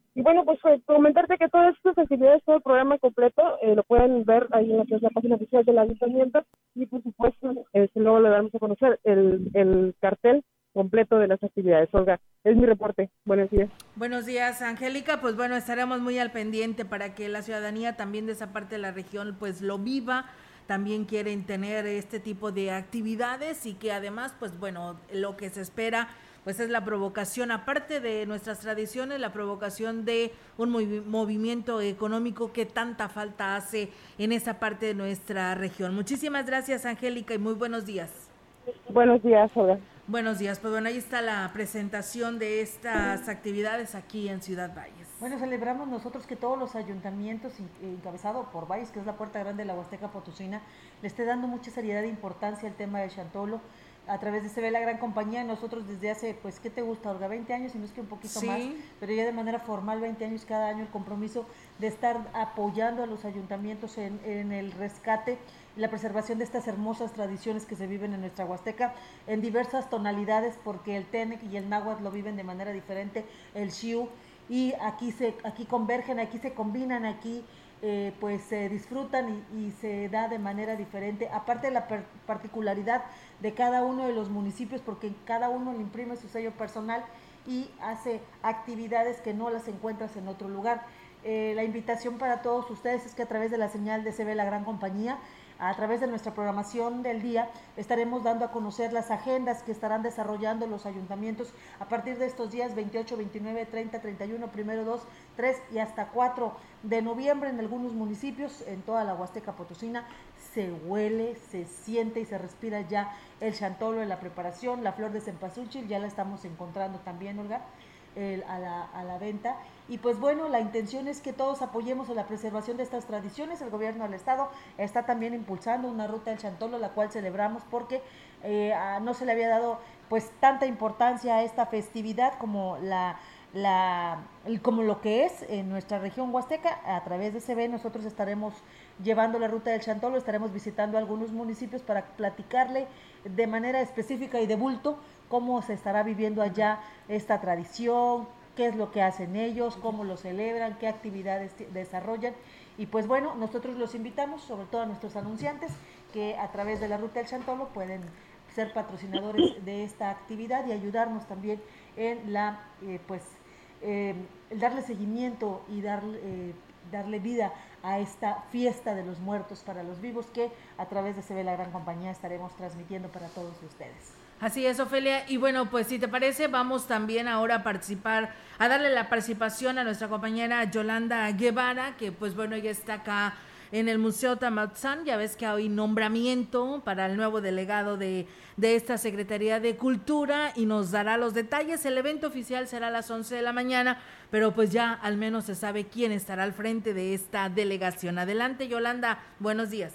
Y bueno, pues comentarte que todas estas actividades, todo el programa completo, eh, lo pueden ver ahí en la, la página oficial del Ayuntamiento y por supuesto eh, luego le damos a conocer el, el cartel completo de las actividades. Olga, es mi reporte. Buenos días. Buenos días, Angélica. Pues bueno, estaremos muy al pendiente para que la ciudadanía también de esa parte de la región pues lo viva. También quieren tener este tipo de actividades y que además, pues bueno, lo que se espera pues es la provocación, aparte de nuestras tradiciones, la provocación de un movi- movimiento económico que tanta falta hace en esa parte de nuestra región. Muchísimas gracias, Angélica, y muy buenos días. Buenos días, Olga. Buenos días, pues bueno, ahí está la presentación de estas actividades aquí en Ciudad Valles. Bueno, celebramos nosotros que todos los ayuntamientos, encabezado por Valles, que es la puerta grande de la Huasteca Potosina, le esté dando mucha seriedad e importancia al tema del Chantolo. A través de Se Ve la Gran Compañía, nosotros desde hace, pues, ¿qué te gusta, Olga? veinte años, y no es que un poquito sí. más, pero ya de manera formal, veinte años cada año, el compromiso de estar apoyando a los ayuntamientos en, en el rescate y la preservación de estas hermosas tradiciones que se viven en nuestra Huasteca, en diversas tonalidades, porque el Tenec y el Náhuatl lo viven de manera diferente, el Xiu, y aquí se aquí convergen, aquí se combinan, aquí eh, pues se disfrutan y, y se da de manera diferente, aparte de la per- particularidad de cada uno de los municipios, porque cada uno le imprime su sello personal y hace actividades que no las encuentras en otro lugar. Eh, la invitación para todos ustedes es que a través de la señal de Se Ve la Gran Compañía, a través de nuestra programación del día, estaremos dando a conocer las agendas que estarán desarrollando los ayuntamientos a partir de estos días veintiocho, veintinueve, treinta, treinta y uno, primero, dos, tres y hasta cuatro de noviembre en algunos municipios, en toda la Huasteca Potosina. Se huele, se siente y se respira ya el chantolo en la preparación, la flor de cempasúchil, ya la estamos encontrando también, Olga, el, a, la, a la venta. Y pues bueno, la intención es que todos apoyemos en la preservación de estas tradiciones. El gobierno del estado está también impulsando una ruta del chantolo, la cual celebramos porque eh, a, no se le había dado pues tanta importancia a esta festividad como la La, como lo que es en nuestra región huasteca. A través de Se Ve nosotros estaremos llevando la ruta del chantolo, estaremos visitando algunos municipios para platicarle de manera específica y de bulto cómo se estará viviendo allá esta tradición, qué es lo que hacen ellos, cómo lo celebran, qué actividades desarrollan. Y pues bueno, nosotros los invitamos, sobre todo a nuestros anunciantes, que a través de la ruta del chantolo pueden ser patrocinadores de esta actividad y ayudarnos también en la eh, pues eh, el darle seguimiento y darle, eh, darle vida a esta fiesta de los muertos para los vivos, que a través de Se Ve la Gran Compañía estaremos transmitiendo para todos ustedes. Así es, Ofelia, y bueno, pues si te parece, vamos también ahora a participar, a darle la participación a nuestra compañera Yolanda Guevara, que pues bueno, ella está acá en el Museo Tamatzán. Ya ves que hay nombramiento para el nuevo delegado de, de esta Secretaría de Cultura y nos dará los detalles. El evento oficial será a las once de la mañana, pero pues ya al menos se sabe quién estará al frente de esta delegación. Adelante, Yolanda, buenos días.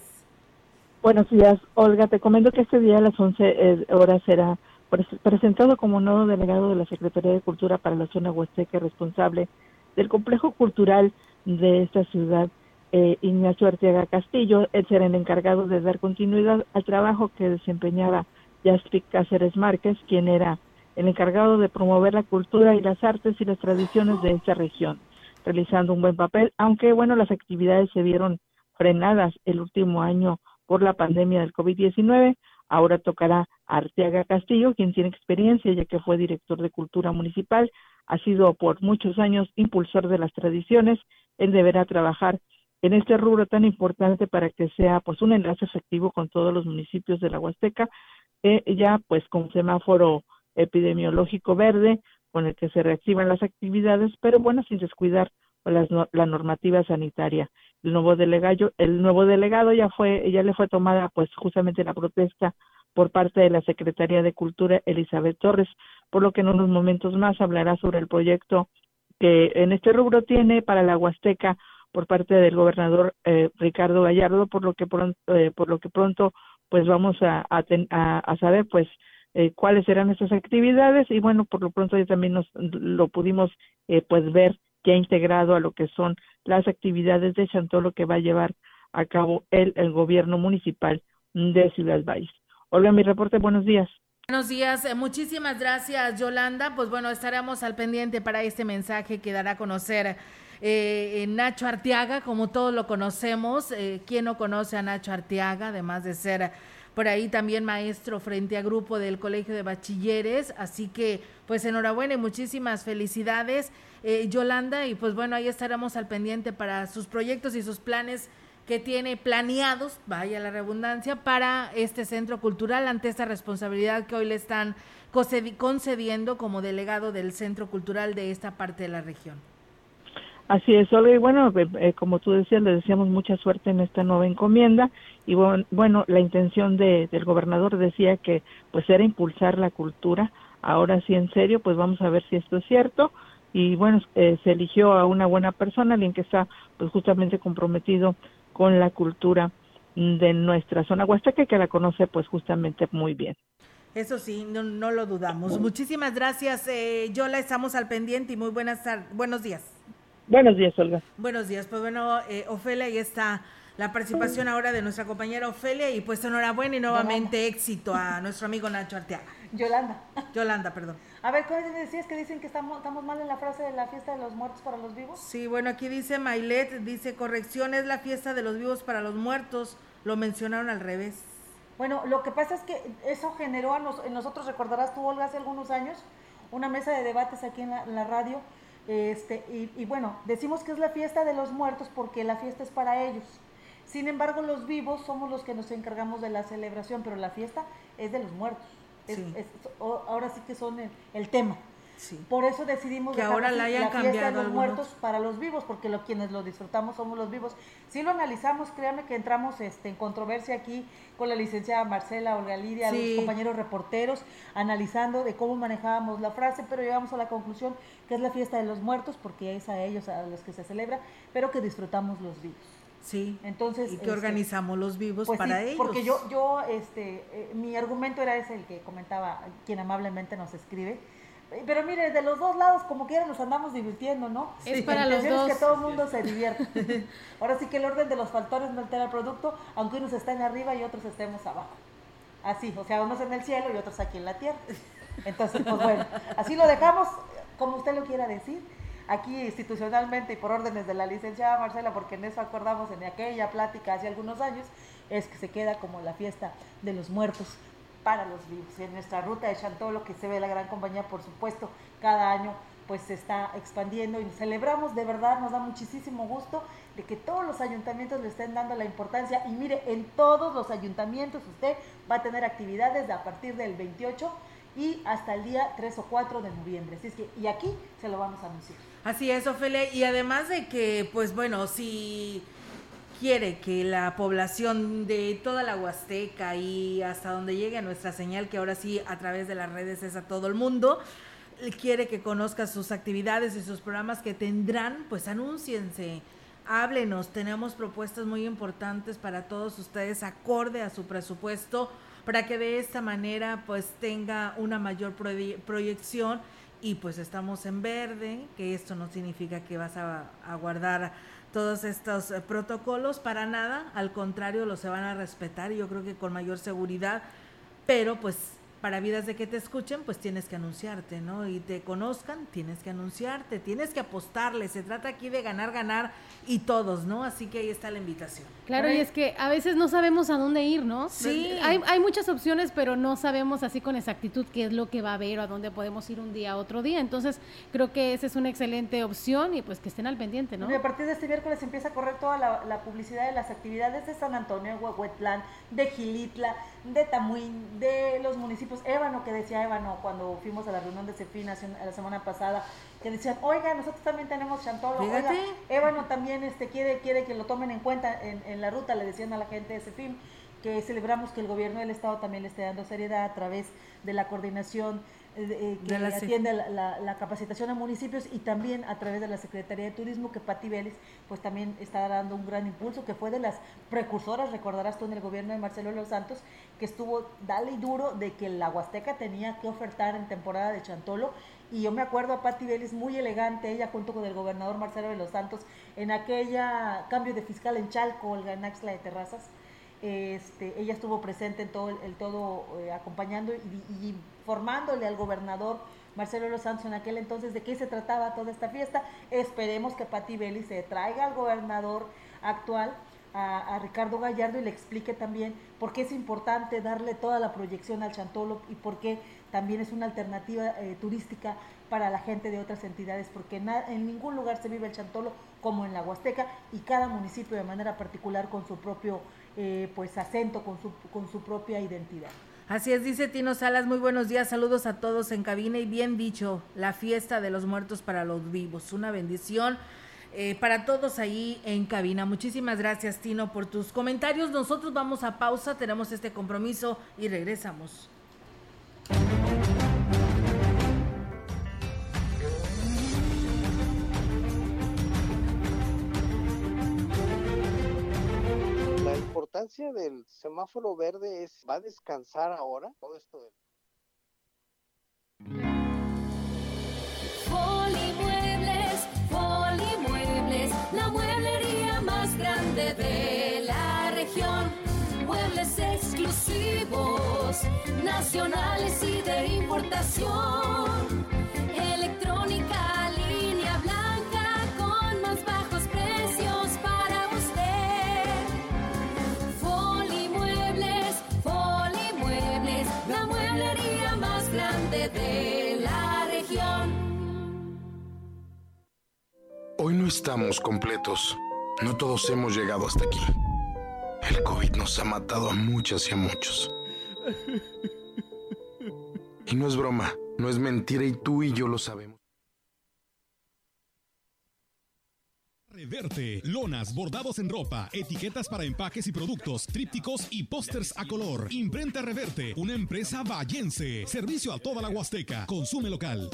Buenos días, Olga. Te comento que este día a las once horas será pres- presentado como nuevo delegado de la Secretaría de Cultura para la zona huasteca, responsable del complejo cultural de esta ciudad, Eh, Ignacio Arteaga Castillo. Él será el encargado de dar continuidad al trabajo que desempeñaba Yaspic Cáceres Márquez, quien era el encargado de promover la cultura y las artes y las tradiciones de esta región, realizando un buen papel, aunque bueno, las actividades se vieron frenadas el último año por la pandemia del covid diecinueve. Ahora tocará a Arteaga Castillo, quien tiene experiencia ya que fue director de Cultura Municipal, ha sido por muchos años impulsor de las tradiciones. Él deberá trabajar en este rubro tan importante para que sea pues un enlace efectivo con todos los municipios de la Huasteca, eh, ya pues con semáforo epidemiológico verde, con el que se reactivan las actividades, pero bueno, sin descuidar las, la normativa sanitaria. El nuevo delegado, el nuevo delegado ya fue, ya le fue tomada pues justamente la protesta por parte de la Secretaría de Cultura, Elizabeth Torres, por lo que en unos momentos más hablará sobre el proyecto que en este rubro tiene para la Huasteca por parte del gobernador eh, Ricardo Gallardo, por lo que pronto, eh, por lo que pronto pues vamos a, a, ten, a, a saber pues eh, cuáles serán estas actividades. Y bueno, por lo pronto ya también nos lo pudimos eh, pues ver que ha integrado a lo que son las actividades de chantolo que va a llevar a cabo el, el gobierno municipal de Ciudad Valles. Olga, mi reporte, buenos días. Buenos días, eh, muchísimas gracias, Yolanda. Pues bueno, estaremos al pendiente para este mensaje que dará a conocer eh, Nacho Arteaga, como todos lo conocemos. Eh, ¿Quién no conoce a Nacho Arteaga? Además de ser por ahí también maestro frente a grupo del Colegio de Bachilleres. Así que, pues enhorabuena y muchísimas felicidades, eh, Yolanda. Y pues bueno, ahí estaremos al pendiente para sus proyectos y sus planes que tiene planeados, vaya la redundancia, para este centro cultural ante esta responsabilidad que hoy le están concediendo como delegado del centro cultural de esta parte de la región. Así es, Olga, y bueno, eh, como tú decías, le deseamos mucha suerte en esta nueva encomienda, y bueno, bueno la intención de, del gobernador decía que pues era impulsar la cultura. Ahora sí, en serio, pues vamos a ver si esto es cierto, y bueno, eh, se eligió a una buena persona, alguien que está pues justamente comprometido con la cultura de nuestra zona huasteca, que la conoce pues justamente muy bien. Eso sí, no, no lo dudamos. Muchísimas gracias, eh, Yola, estamos al pendiente y muy buenas tardes, buenos días. Buenos días, Olga. Buenos días, pues bueno, eh, Ofelia, ahí está la participación ahora de nuestra compañera Ofelia, y pues enhorabuena y nuevamente Yolanda. Éxito a nuestro amigo Nacho Arteaga. Yolanda. Yolanda, perdón. A ver, ¿cómo decías que dicen que estamos, estamos mal en la frase de la fiesta de los muertos para los vivos? Sí, bueno, aquí dice Mailet, dice, corrección, es la fiesta de los vivos para los muertos, lo mencionaron al revés. Bueno, lo que pasa es que eso generó a nos, en nosotros, recordarás tú, Olga, hace algunos años, una mesa de debates aquí en la, en la radio, este y, y bueno, decimos que es la fiesta de los muertos porque la fiesta es para ellos. Sin embargo, los vivos somos los que nos encargamos de la celebración, pero la fiesta es de los muertos. Es, sí. es, ahora sí que son el, el tema. Sí. Por eso decidimos que ahora la, hayan la fiesta cambiado de los algunos. muertos para los vivos, porque lo, quienes lo disfrutamos somos los vivos. Si lo analizamos, créanme que entramos este, en controversia aquí con la licenciada Marcela, Olga Lidia, sí. los compañeros reporteros, analizando de cómo manejábamos la frase, pero llegamos a la conclusión que es la fiesta de los muertos, porque es a ellos a los que se celebra, pero que disfrutamos los vivos. Sí, entonces y que este, organizamos los vivos pues para sí, ellos. Porque yo, yo, este, eh, mi argumento era ese, el que comentaba quien amablemente nos escribe. Pero mire, de los dos lados, como quiera, nos andamos divirtiendo, ¿no? Es sí. para los dos. Es que todo el mundo se divierte. Ahora sí que el orden de los factores no altera el producto, aunque unos estén arriba y otros estemos abajo. Así, o sea, unos en el cielo y otros aquí en la tierra. Entonces, pues bueno, así lo dejamos, como usted lo quiera decir. Aquí institucionalmente y por órdenes de la licenciada Marcela, porque en eso acordamos en aquella plática hace algunos años, es que se queda como la fiesta de los muertos para los vivos. En nuestra ruta de Chantolo, que se ve la gran compañía, por supuesto, cada año pues se está expandiendo y celebramos, de verdad, nos da muchísimo gusto de que todos los ayuntamientos le estén dando la importancia. Y mire, en todos los ayuntamientos usted va a tener actividades a partir del veintiocho y hasta el día tres o cuatro de noviembre. Así es que, y aquí se lo vamos a anunciar. Así es, Ofelia, y además de que, pues bueno, si quiere que la población de toda la Huasteca y hasta donde llegue nuestra señal, que ahora sí a través de las redes es a todo el mundo, quiere que conozca sus actividades y sus programas que tendrán, pues anúnciense, háblenos, tenemos propuestas muy importantes para todos ustedes acorde a su presupuesto, para que de esta manera pues tenga una mayor proye- proyección y pues estamos en verde, que esto no significa que vas a, a guardar todos estos eh, protocolos para nada, al contrario, los se van a respetar y yo creo que con mayor seguridad, pero pues para vidas de que te escuchen, pues tienes que anunciarte, ¿no? Y te conozcan, tienes que anunciarte, tienes que apostarle, se trata aquí de ganar, ganar y todos, ¿no? Así que ahí está la invitación. Claro, y es que a veces no sabemos a dónde ir, ¿no? Sí. Hay, hay muchas opciones, pero no sabemos así con exactitud qué es lo que va a haber o a dónde podemos ir un día a otro día. Entonces, creo que esa es una excelente opción y pues que estén al pendiente, ¿no? Y a partir de este miércoles empieza a correr toda la, la publicidad de las actividades de San Antonio, Huehuetlán, de Gilitla, de Tamuín, de los municipios. Ébano, que decía Ébano cuando fuimos a la reunión de CEFIN la semana pasada, que decían, oiga, nosotros también tenemos Chantolo, oiga, Ébano también este, quiere, quiere que lo tomen en cuenta en, en la ruta, le decían a la gente de CEFIN, que celebramos que el gobierno del estado también le esté dando seriedad a través de la coordinación eh, que la atiende la, la, la capacitación a municipios y también a través de la Secretaría de Turismo, que Pati Vélez pues también está dando un gran impulso, que fue de las precursoras, recordarás tú, en el gobierno de Marcelo de los Santos, que estuvo dale y duro de que la Huasteca tenía que ofertar en temporada de Chantolo. Y yo me acuerdo a Pati Vélez, muy elegante, ella junto con el gobernador Marcelo de los Santos, en aquella cambio de fiscal en Chalco, Olga, en Axtla de Terrazas, Este, ella estuvo presente en todo, el, el todo eh, acompañando y, y informándole al gobernador Marcelo Ebrard Santos en aquel entonces de qué se trataba toda esta fiesta. Esperemos que Pati Belli se traiga al gobernador actual, a, a Ricardo Gallardo, y le explique también por qué es importante darle toda la proyección al Chantolo y por qué también es una alternativa eh, turística para la gente de otras entidades, porque na, en ningún lugar se vive el Chantolo como en la Huasteca, y cada municipio de manera particular con su propio eh, pues acento, con su, con su propia identidad. Así es, dice Tino Salas, muy buenos días, saludos a todos en cabina y bien dicho, la fiesta de los muertos para los vivos, una bendición eh, para todos ahí en cabina. Muchísimas gracias, Tino, por tus comentarios. Nosotros vamos a pausa, tenemos este compromiso y regresamos. La importancia del semáforo verde es, ¿va a descansar ahora todo esto de... Polimuebles, Polimuebles, la mueblería más grande de la región. Muebles exclusivos, nacionales y de importación. Electrónica, línea blanca, con más bajos precios para usted. Polimuebles, Polimuebles, la mueblería más grande de la región. Hoy no estamos completos. No todos hemos llegado hasta aquí. El COVID nos ha matado a muchas y a muchos. Y no es broma, no es mentira, y tú y yo lo sabemos. Reverte, lonas, bordados en ropa, etiquetas para empaques y productos, trípticos y pósters a color. Imprenta Reverte, una empresa vallense. Servicio a toda la Huasteca. Consume local.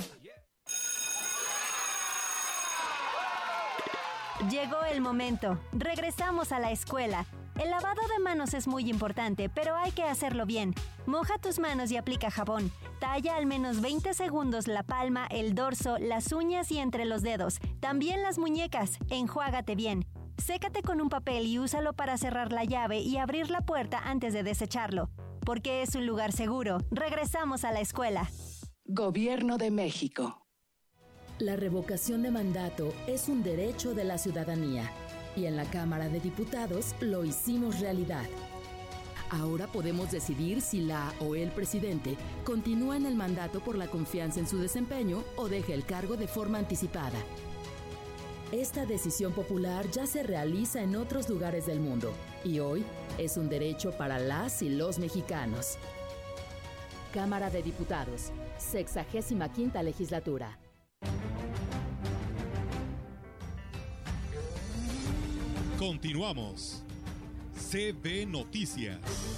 Llegó el momento. Regresamos a la escuela. El lavado de manos es muy importante, pero hay que hacerlo bien. Moja tus manos y aplica jabón. Talla al menos veinte segundos la palma, el dorso, las uñas y entre los dedos. También las muñecas. Enjuágate bien. Sécate con un papel y úsalo para cerrar la llave y abrir la puerta antes de desecharlo. Porque es un lugar seguro. Regresamos a la escuela. Gobierno de México. La revocación de mandato es un derecho de la ciudadanía y en la Cámara de Diputados lo hicimos realidad. Ahora podemos decidir si la o el presidente continúa en el mandato por la confianza en su desempeño o deja el cargo de forma anticipada. Esta decisión popular ya se realiza en otros lugares del mundo y hoy es un derecho para las y los mexicanos. Cámara de Diputados, sexagésima quinta legislatura. Continuamos. C B Noticias.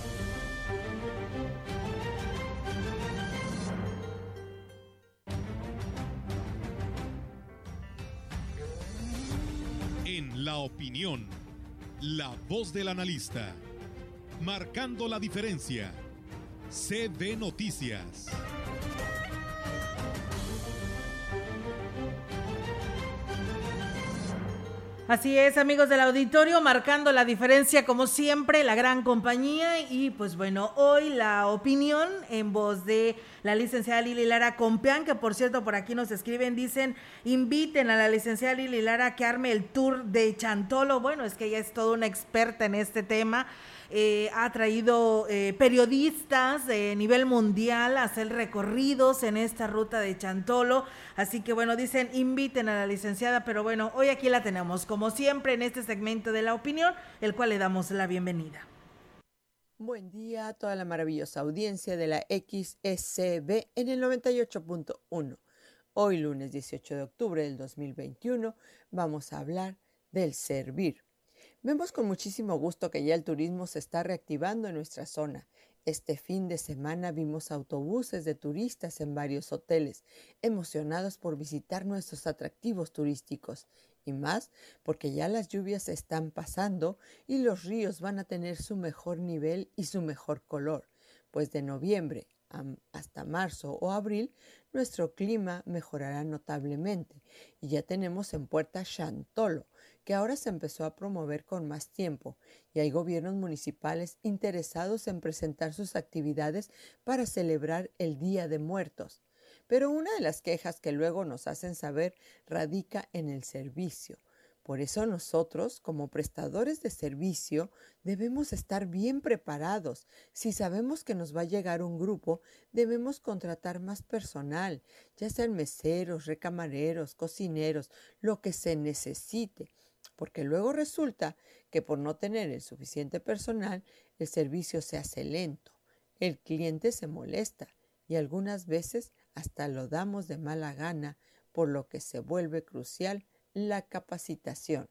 En la opinión, la voz del analista, marcando la diferencia. C B Noticias. Así es, amigos del auditorio, marcando la diferencia como siempre, la gran compañía. Y pues bueno, hoy la opinión en voz de la licenciada Lili Lara Compeán, que por cierto por aquí nos escriben, dicen, inviten a la licenciada Lili Lara a que arme el tour de Chantolo. Bueno, es que ella es toda una experta en este tema. Eh, ha traído eh, periodistas de nivel mundial a hacer recorridos en esta ruta de Chantolo, así que bueno, dicen inviten a la licenciada, pero bueno, hoy aquí la tenemos como siempre en este segmento de la opinión, el cual le damos la bienvenida. Buen día a toda la maravillosa audiencia de la X S B en el noventa y ocho punto uno. Hoy lunes dieciocho de octubre del dos mil veintiuno vamos a hablar del servir. Vemos con muchísimo gusto que ya el turismo se está reactivando en nuestra zona. Este fin de semana vimos autobuses de turistas en varios hoteles, emocionados por visitar nuestros atractivos turísticos. Y más porque ya las lluvias se están pasando y los ríos van a tener su mejor nivel y su mejor color, pues de noviembre hasta marzo o abril nuestro clima mejorará notablemente y ya tenemos en puerta Chantolo, que ahora se empezó a promover con más tiempo y hay gobiernos municipales interesados en presentar sus actividades para celebrar el Día de Muertos. Pero una de las quejas que luego nos hacen saber radica en el servicio. Por eso nosotros, como prestadores de servicio, debemos estar bien preparados. Si sabemos que nos va a llegar un grupo, debemos contratar más personal, ya sean meseros, recamareros, cocineros, lo que se necesite, porque luego resulta que por no tener el suficiente personal, el servicio se hace lento, el cliente se molesta y algunas veces hasta lo damos de mala gana, por lo que se vuelve crucial la capacitación.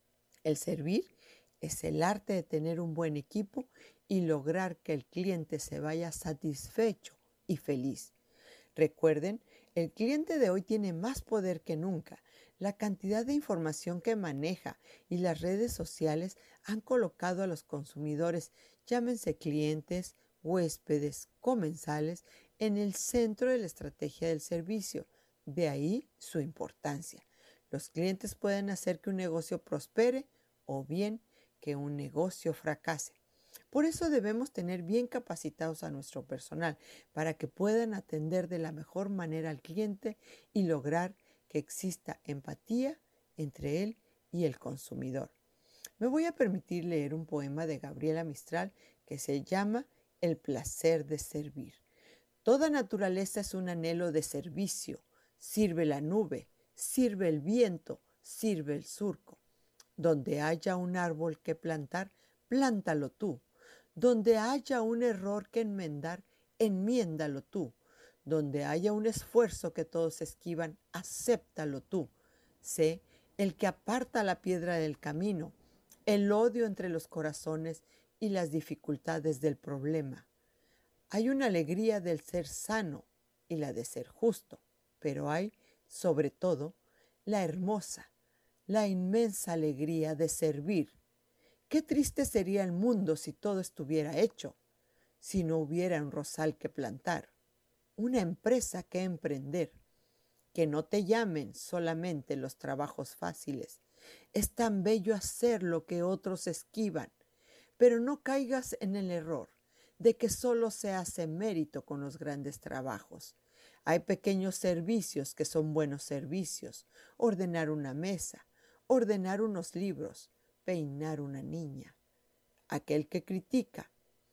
El servir es el arte de tener un buen equipo y lograr que el cliente se vaya satisfecho y feliz. Recuerden, el cliente de hoy tiene más poder que nunca. La cantidad de información que maneja y las redes sociales han colocado a los consumidores, llámense clientes, huéspedes, comensales, en el centro de la estrategia del servicio. De ahí su importancia. Los clientes pueden hacer que un negocio prospere o bien que un negocio fracase. Por eso debemos tener bien capacitados a nuestro personal para que puedan atender de la mejor manera al cliente y lograr que exista empatía entre él y el consumidor. Me voy a permitir leer un poema de Gabriela Mistral que se llama El placer de servir. Toda naturaleza es un anhelo de servicio. Sirve la nube, sirve el viento, sirve el surco. Donde haya un árbol que plantar, plántalo tú. Donde haya un error que enmendar, enmiéndalo tú. Donde haya un esfuerzo que todos esquivan, acéptalo tú. Sé el que aparta la piedra del camino, el odio entre los corazones y las dificultades del problema. Hay una alegría del ser sano y la de ser justo, pero hay, sobre todo, la hermosa, la inmensa alegría de servir. Qué triste sería el mundo si todo estuviera hecho, si no hubiera un rosal que plantar, una empresa que emprender, que no te llamen solamente los trabajos fáciles. Es tan bello hacer lo que otros esquivan, pero no caigas en el error de que solo se hace mérito con los grandes trabajos. Hay pequeños servicios que son buenos servicios, ordenar una mesa, ordenar unos libros, peinar una niña. Aquel que critica,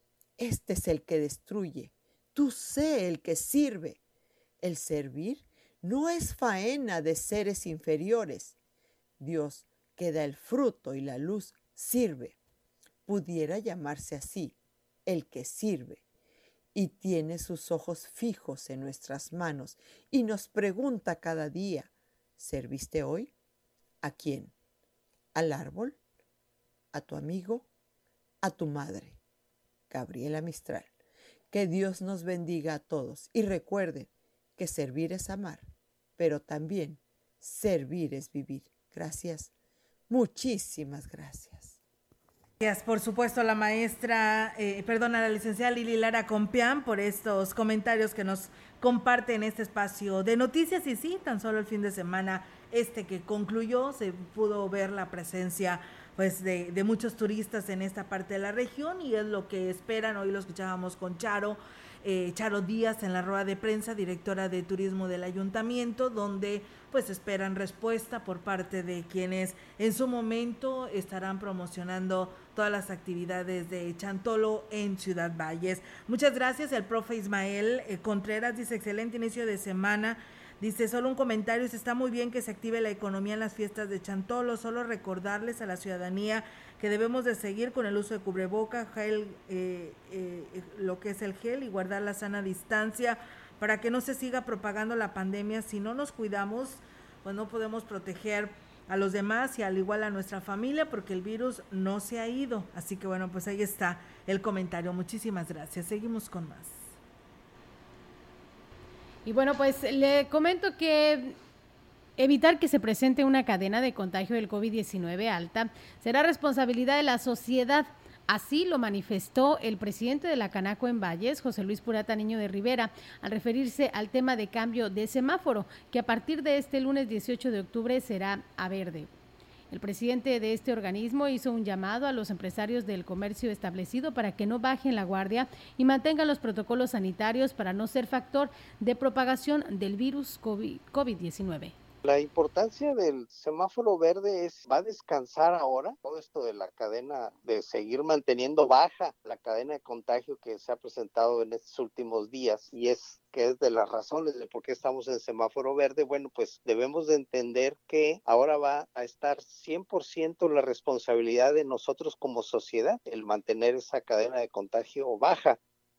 este es el que destruye, tú sé el que sirve. El servir no es faena de seres inferiores. Dios, que da el fruto y la luz, sirve. Pudiera llamarse así, el que sirve. Y tiene sus ojos fijos en nuestras manos y nos pregunta cada día, ¿serviste hoy? ¿A quién? ¿Al árbol? ¿A tu amigo? ¿A tu madre? Gabriela Mistral. Que Dios nos bendiga a todos y recuerden que servir es amar, pero también servir es vivir. Gracias, muchísimas gracias. Gracias, por supuesto, a la maestra, eh, perdón, a la licenciada Lili Lara Compián por estos comentarios que nos comparte en este espacio de noticias. Y sí, tan solo el fin de semana este que concluyó, se pudo ver la presencia pues de, de muchos turistas en esta parte de la región y es lo que esperan. Hoy lo escuchábamos con Charo, eh, Charo Díaz en la rueda de prensa, directora de turismo del ayuntamiento, donde pues esperan respuesta por parte de quienes en su momento estarán promocionando todas las actividades de Chantolo en Ciudad Valles. Muchas gracias. El profe Ismael eh, Contreras dice, excelente inicio de semana. Dice, solo un comentario, está muy bien que se active la economía en las fiestas de Chantolo, solo recordarles a la ciudadanía que debemos de seguir con el uso de cubreboca, gel, eh, eh, lo que es el gel y guardar la sana distancia para que no se siga propagando la pandemia. Si no nos cuidamos, pues no podemos proteger a los demás y al igual a nuestra familia porque el virus no se ha ido. Así que bueno, pues ahí está el comentario. Muchísimas gracias. Seguimos con más. Y bueno, pues le comento que evitar que se presente una cadena de contagio del COVID diecinueve alta será responsabilidad de la sociedad. Así lo manifestó el presidente de la Canaco en Valles, José Luis Purata Niño de Rivera, al referirse al tema de cambio de semáforo, que a partir de este lunes dieciocho de octubre será a verde. El presidente de este organismo hizo un llamado a los empresarios del comercio establecido para que no bajen la guardia y mantengan los protocolos sanitarios para no ser factor de propagación del virus COVID diecinueve. La importancia del semáforo verde es, va a descansar ahora todo esto de la cadena, de seguir manteniendo baja la cadena de contagio que se ha presentado en estos últimos días, y es que es de las razones de por qué estamos en semáforo verde. Bueno, pues debemos de entender que ahora va a estar cien por ciento la responsabilidad de nosotros como sociedad, el mantener esa cadena de contagio baja.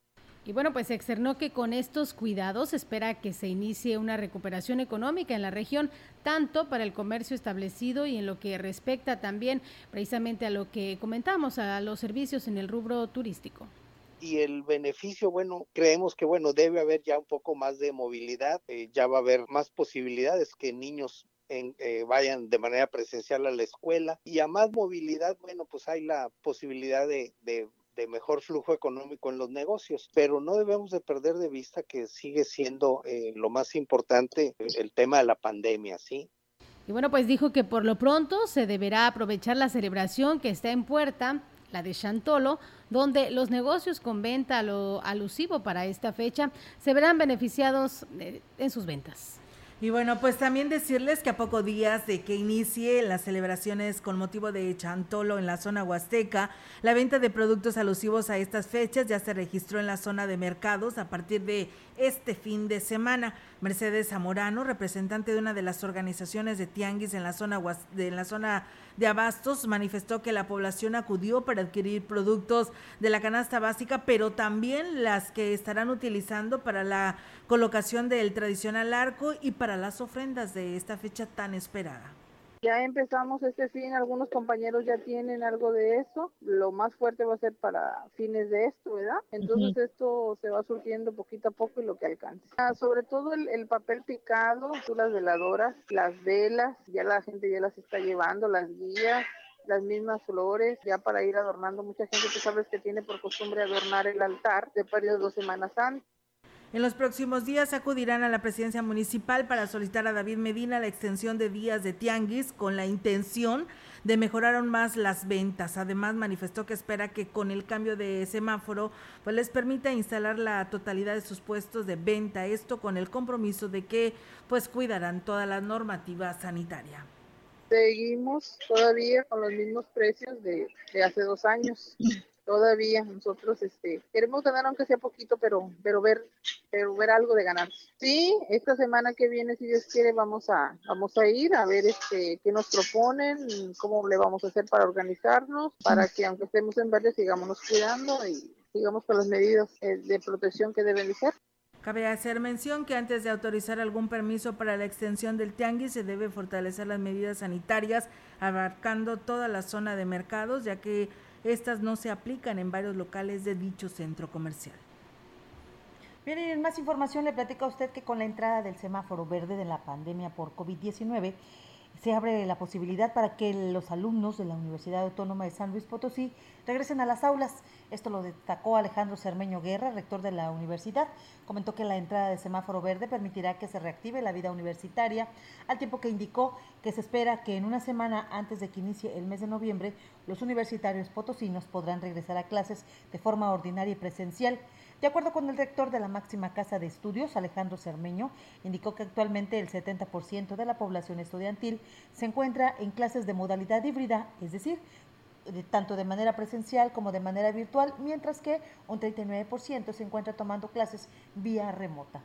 Y bueno, pues se externó que con estos cuidados se espera que se inicie una recuperación económica en la región, tanto para el comercio establecido y en lo que respecta también precisamente a lo que comentamos, a los servicios en el rubro turístico. Y el beneficio, bueno, creemos que bueno, debe haber ya un poco más de movilidad, eh, ya va a haber más posibilidades que niños En, eh, vayan de manera presencial a la escuela, y a más movilidad, bueno, pues hay la posibilidad de, de de mejor flujo económico en los negocios, pero no debemos de perder de vista que sigue siendo eh, lo más importante el tema de la pandemia, ¿sí? Y bueno, pues dijo que por lo pronto se deberá aprovechar la celebración que está en puerta, la de Chantolo, donde los negocios con venta lo alusivo para esta fecha se verán beneficiados eh, en sus ventas. Y bueno, pues también decirles que a pocos días de que inicie las celebraciones con motivo de Chantolo en la zona huasteca, la venta de productos alusivos a estas fechas ya se registró en la zona de mercados a partir de este fin de semana. Mercedes Zamorano, representante de una de las organizaciones de tianguis en la zona de, en la zona de abastos, manifestó que la población acudió para adquirir productos de la canasta básica, pero también las que estarán utilizando para la colocación del tradicional arco y para las ofrendas de esta fecha tan esperada. Ya empezamos este fin, algunos compañeros ya tienen algo de eso, lo más fuerte va a ser para fines de esto, ¿verdad? Entonces uh-huh. esto se va surtiendo poquito a poco y lo que alcance. Ah, sobre todo el, el papel picado, las veladoras, las velas, ya la gente ya las está llevando, las guías, las mismas flores, ya para ir adornando. Mucha gente, tú sabes que tiene por costumbre adornar el altar de varias dos semanas antes. En los próximos días acudirán a la presidencia municipal para solicitar a David Medina la extensión de días de tianguis con la intención de mejorar aún más las ventas. Además, manifestó que espera que con el cambio de semáforo pues les permita instalar la totalidad de sus puestos de venta, esto con el compromiso de que pues cuidarán toda la normativa sanitaria. Seguimos todavía con los mismos precios de, de hace dos años. Todavía nosotros este queremos ganar aunque sea poquito, pero pero ver pero ver algo de ganancia. Sí, esta semana que viene, si Dios quiere, vamos a vamos a ir a ver este qué nos proponen, cómo le vamos a hacer para organizarnos, para que aunque estemos en verde sigámonos cuidando y sigamos con las medidas de protección que deben de ser. Cabe hacer mención que antes de autorizar algún permiso para la extensión del tianguis se debe fortalecer las medidas sanitarias abarcando toda la zona de mercados, ya que estas no se aplican en varios locales de dicho centro comercial. Bien, y en más información le platica a usted que con la entrada del semáforo verde de la pandemia por COVID diecinueve se abre la posibilidad para que los alumnos de la Universidad Autónoma de San Luis Potosí regresen a las aulas. Esto lo destacó Alejandro Cermeño Guerra, rector de la universidad. Comentó que la entrada del semáforo verde permitirá que se reactive la vida universitaria, al tiempo que indicó que se espera que en una semana antes de que inicie el mes de noviembre, los universitarios potosinos podrán regresar a clases de forma ordinaria y presencial. De acuerdo con el rector de la máxima casa de estudios, Alejandro Cermeño, indicó que actualmente el setenta por ciento de la población estudiantil se encuentra en clases de modalidad híbrida, es decir, de, tanto de manera presencial como de manera virtual, mientras que un treinta y nueve por ciento se encuentra tomando clases vía remota.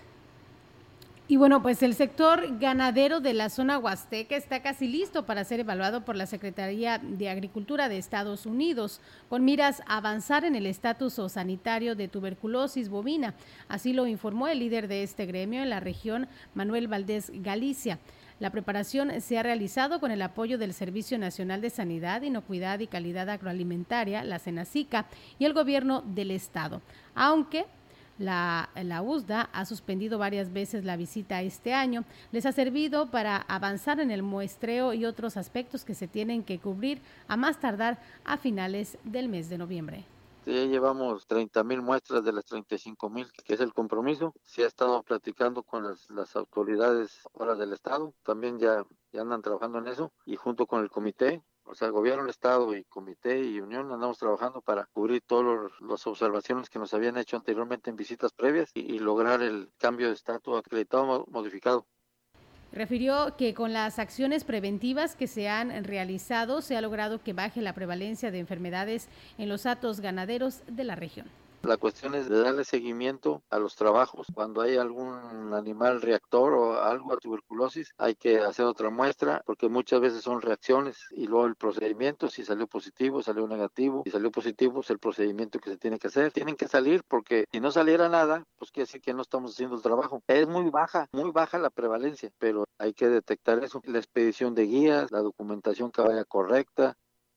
Y bueno, pues el sector ganadero de la zona huasteca está casi listo para ser evaluado por la Secretaría de Agricultura de Estados Unidos, con miras a avanzar en el estatus sanitario de tuberculosis bovina. Así lo informó el líder de este gremio en la región, Manuel Valdés Galicia. La preparación se ha realizado con el apoyo del Servicio Nacional de Sanidad, Inocuidad y Calidad Agroalimentaria, la SENASICA, y el gobierno del estado, aunque La, la U S D A ha suspendido varias veces la visita este año. Les ha servido para avanzar en el muestreo y otros aspectos que se tienen que cubrir a más tardar a finales del mes de noviembre. Ya llevamos treinta mil muestras de las treinta y cinco mil, que es el compromiso. Se ha estado platicando con las, las autoridades ahora del Estado, también ya, ya andan trabajando en eso, y junto con el comité, o sea, gobierno, Estado y comité y unión, andamos trabajando para cubrir todas las observaciones que nos habían hecho anteriormente en visitas previas y, y lograr el cambio de estatus acreditado modificado. Refirió que con las acciones preventivas que se han realizado se ha logrado que baje la prevalencia de enfermedades en los hatos ganaderos de la región. La cuestión es de darle seguimiento a los trabajos. Cuando hay algún animal reactor o algo a tuberculosis, hay que hacer otra muestra, porque muchas veces son reacciones y luego el procedimiento, si salió positivo, salió negativo, si salió positivo, es el procedimiento que se tiene que hacer. Tienen que salir, porque si no saliera nada, pues quiere decir que no estamos haciendo el trabajo. Es muy baja, muy baja la prevalencia, pero hay que detectar eso. La expedición de guías, la documentación que vaya correcta.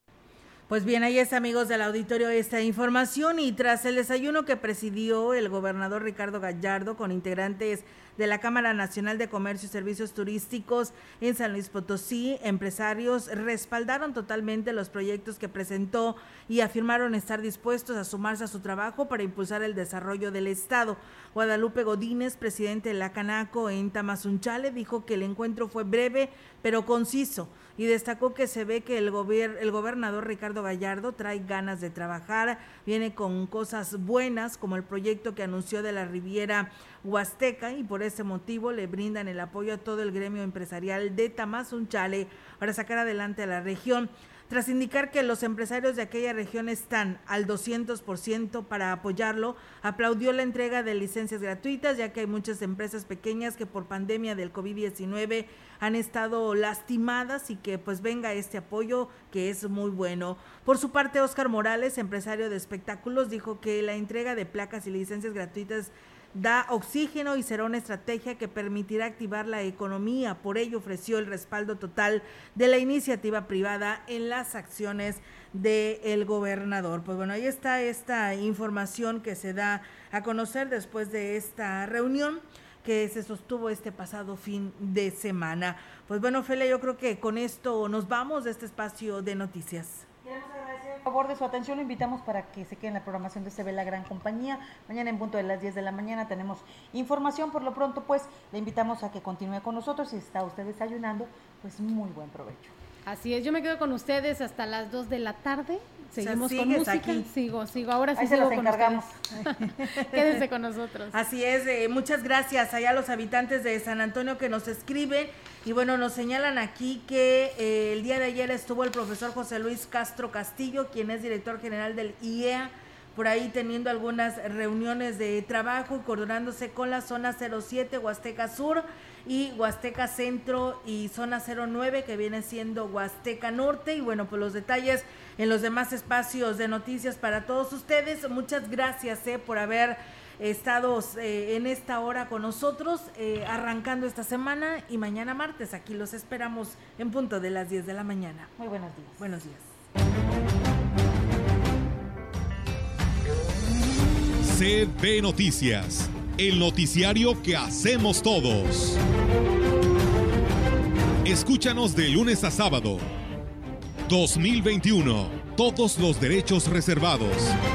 Pues bien, ahí está, amigos del auditorio, esta información. Y tras el desayuno que presidió el gobernador Ricardo Gallardo con integrantes de la Cámara Nacional de Comercio y Servicios Turísticos en San Luis Potosí, empresarios respaldaron totalmente los proyectos que presentó y afirmaron estar dispuestos a sumarse a su trabajo para impulsar el desarrollo del Estado. Guadalupe Godínez, presidente de la Canaco en Tamazunchale, dijo que el encuentro fue breve pero conciso y destacó que se ve que el, gobier- el gobernador Ricardo Gallardo trae ganas de trabajar, viene con cosas buenas como el proyecto que anunció de la Riviera Huasteca, y por ese motivo le brindan el apoyo a todo el gremio empresarial de Tamazunchale para sacar adelante a la región. Tras indicar que los empresarios de aquella región están al doscientos por ciento para apoyarlo, aplaudió la entrega de licencias gratuitas, ya que hay muchas empresas pequeñas que por pandemia del COVID diecinueve han estado lastimadas y que pues venga este apoyo, que es muy bueno. Por su parte, Óscar Morales, empresario de espectáculos, dijo que la entrega de placas y licencias gratuitas da oxígeno y será una estrategia que permitirá activar la economía. Por ello ofreció el respaldo total de la iniciativa privada en las acciones del gobernador. Pues bueno, ahí está esta información que se da a conocer después de esta reunión que se sostuvo este pasado fin de semana. Pues bueno, Felia, yo creo que con esto nos vamos de este espacio de noticias. Queremos agradecer el favor de su atención, lo invitamos para que se quede en la programación de Se Ve la Gran Compañía. Mañana en punto de las diez de la mañana tenemos información. Por lo pronto, pues, le invitamos a que continúe con nosotros. Si está usted desayunando, pues muy buen provecho. Así es, yo me quedo con ustedes hasta las dos de la tarde. Seguimos o sea, con música. Aquí. Sigo, sigo. Ahora sí Ahí se sigo los con encargamos. Quédense con nosotros. Así es, eh, muchas gracias allá a los habitantes de San Antonio que nos escriben. Y bueno, nos señalan aquí que eh, el día de ayer estuvo el profesor José Luis Castro Castillo, quien es director general del I E A, por ahí teniendo algunas reuniones de trabajo y coordinándose con la zona cero siete, Huasteca Sur, y Huasteca Centro y zona cero nueve, que viene siendo Huasteca Norte. Y bueno, pues los detalles en los demás espacios de noticias para todos ustedes. Muchas gracias eh, por haber estado eh, en esta hora con nosotros, eh, arrancando esta semana, y mañana martes aquí los esperamos en punto de las diez de la mañana. Muy buenos días. Buenos días. C B Noticias, el noticiario que hacemos todos. Escúchanos de lunes a sábado. dos mil veintiuno, todos los derechos reservados.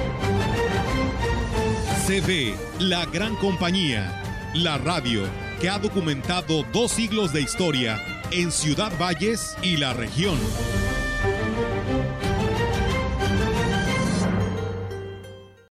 C B, la gran compañía, la radio que ha documentado dos siglos de historia en Ciudad Valles y la región.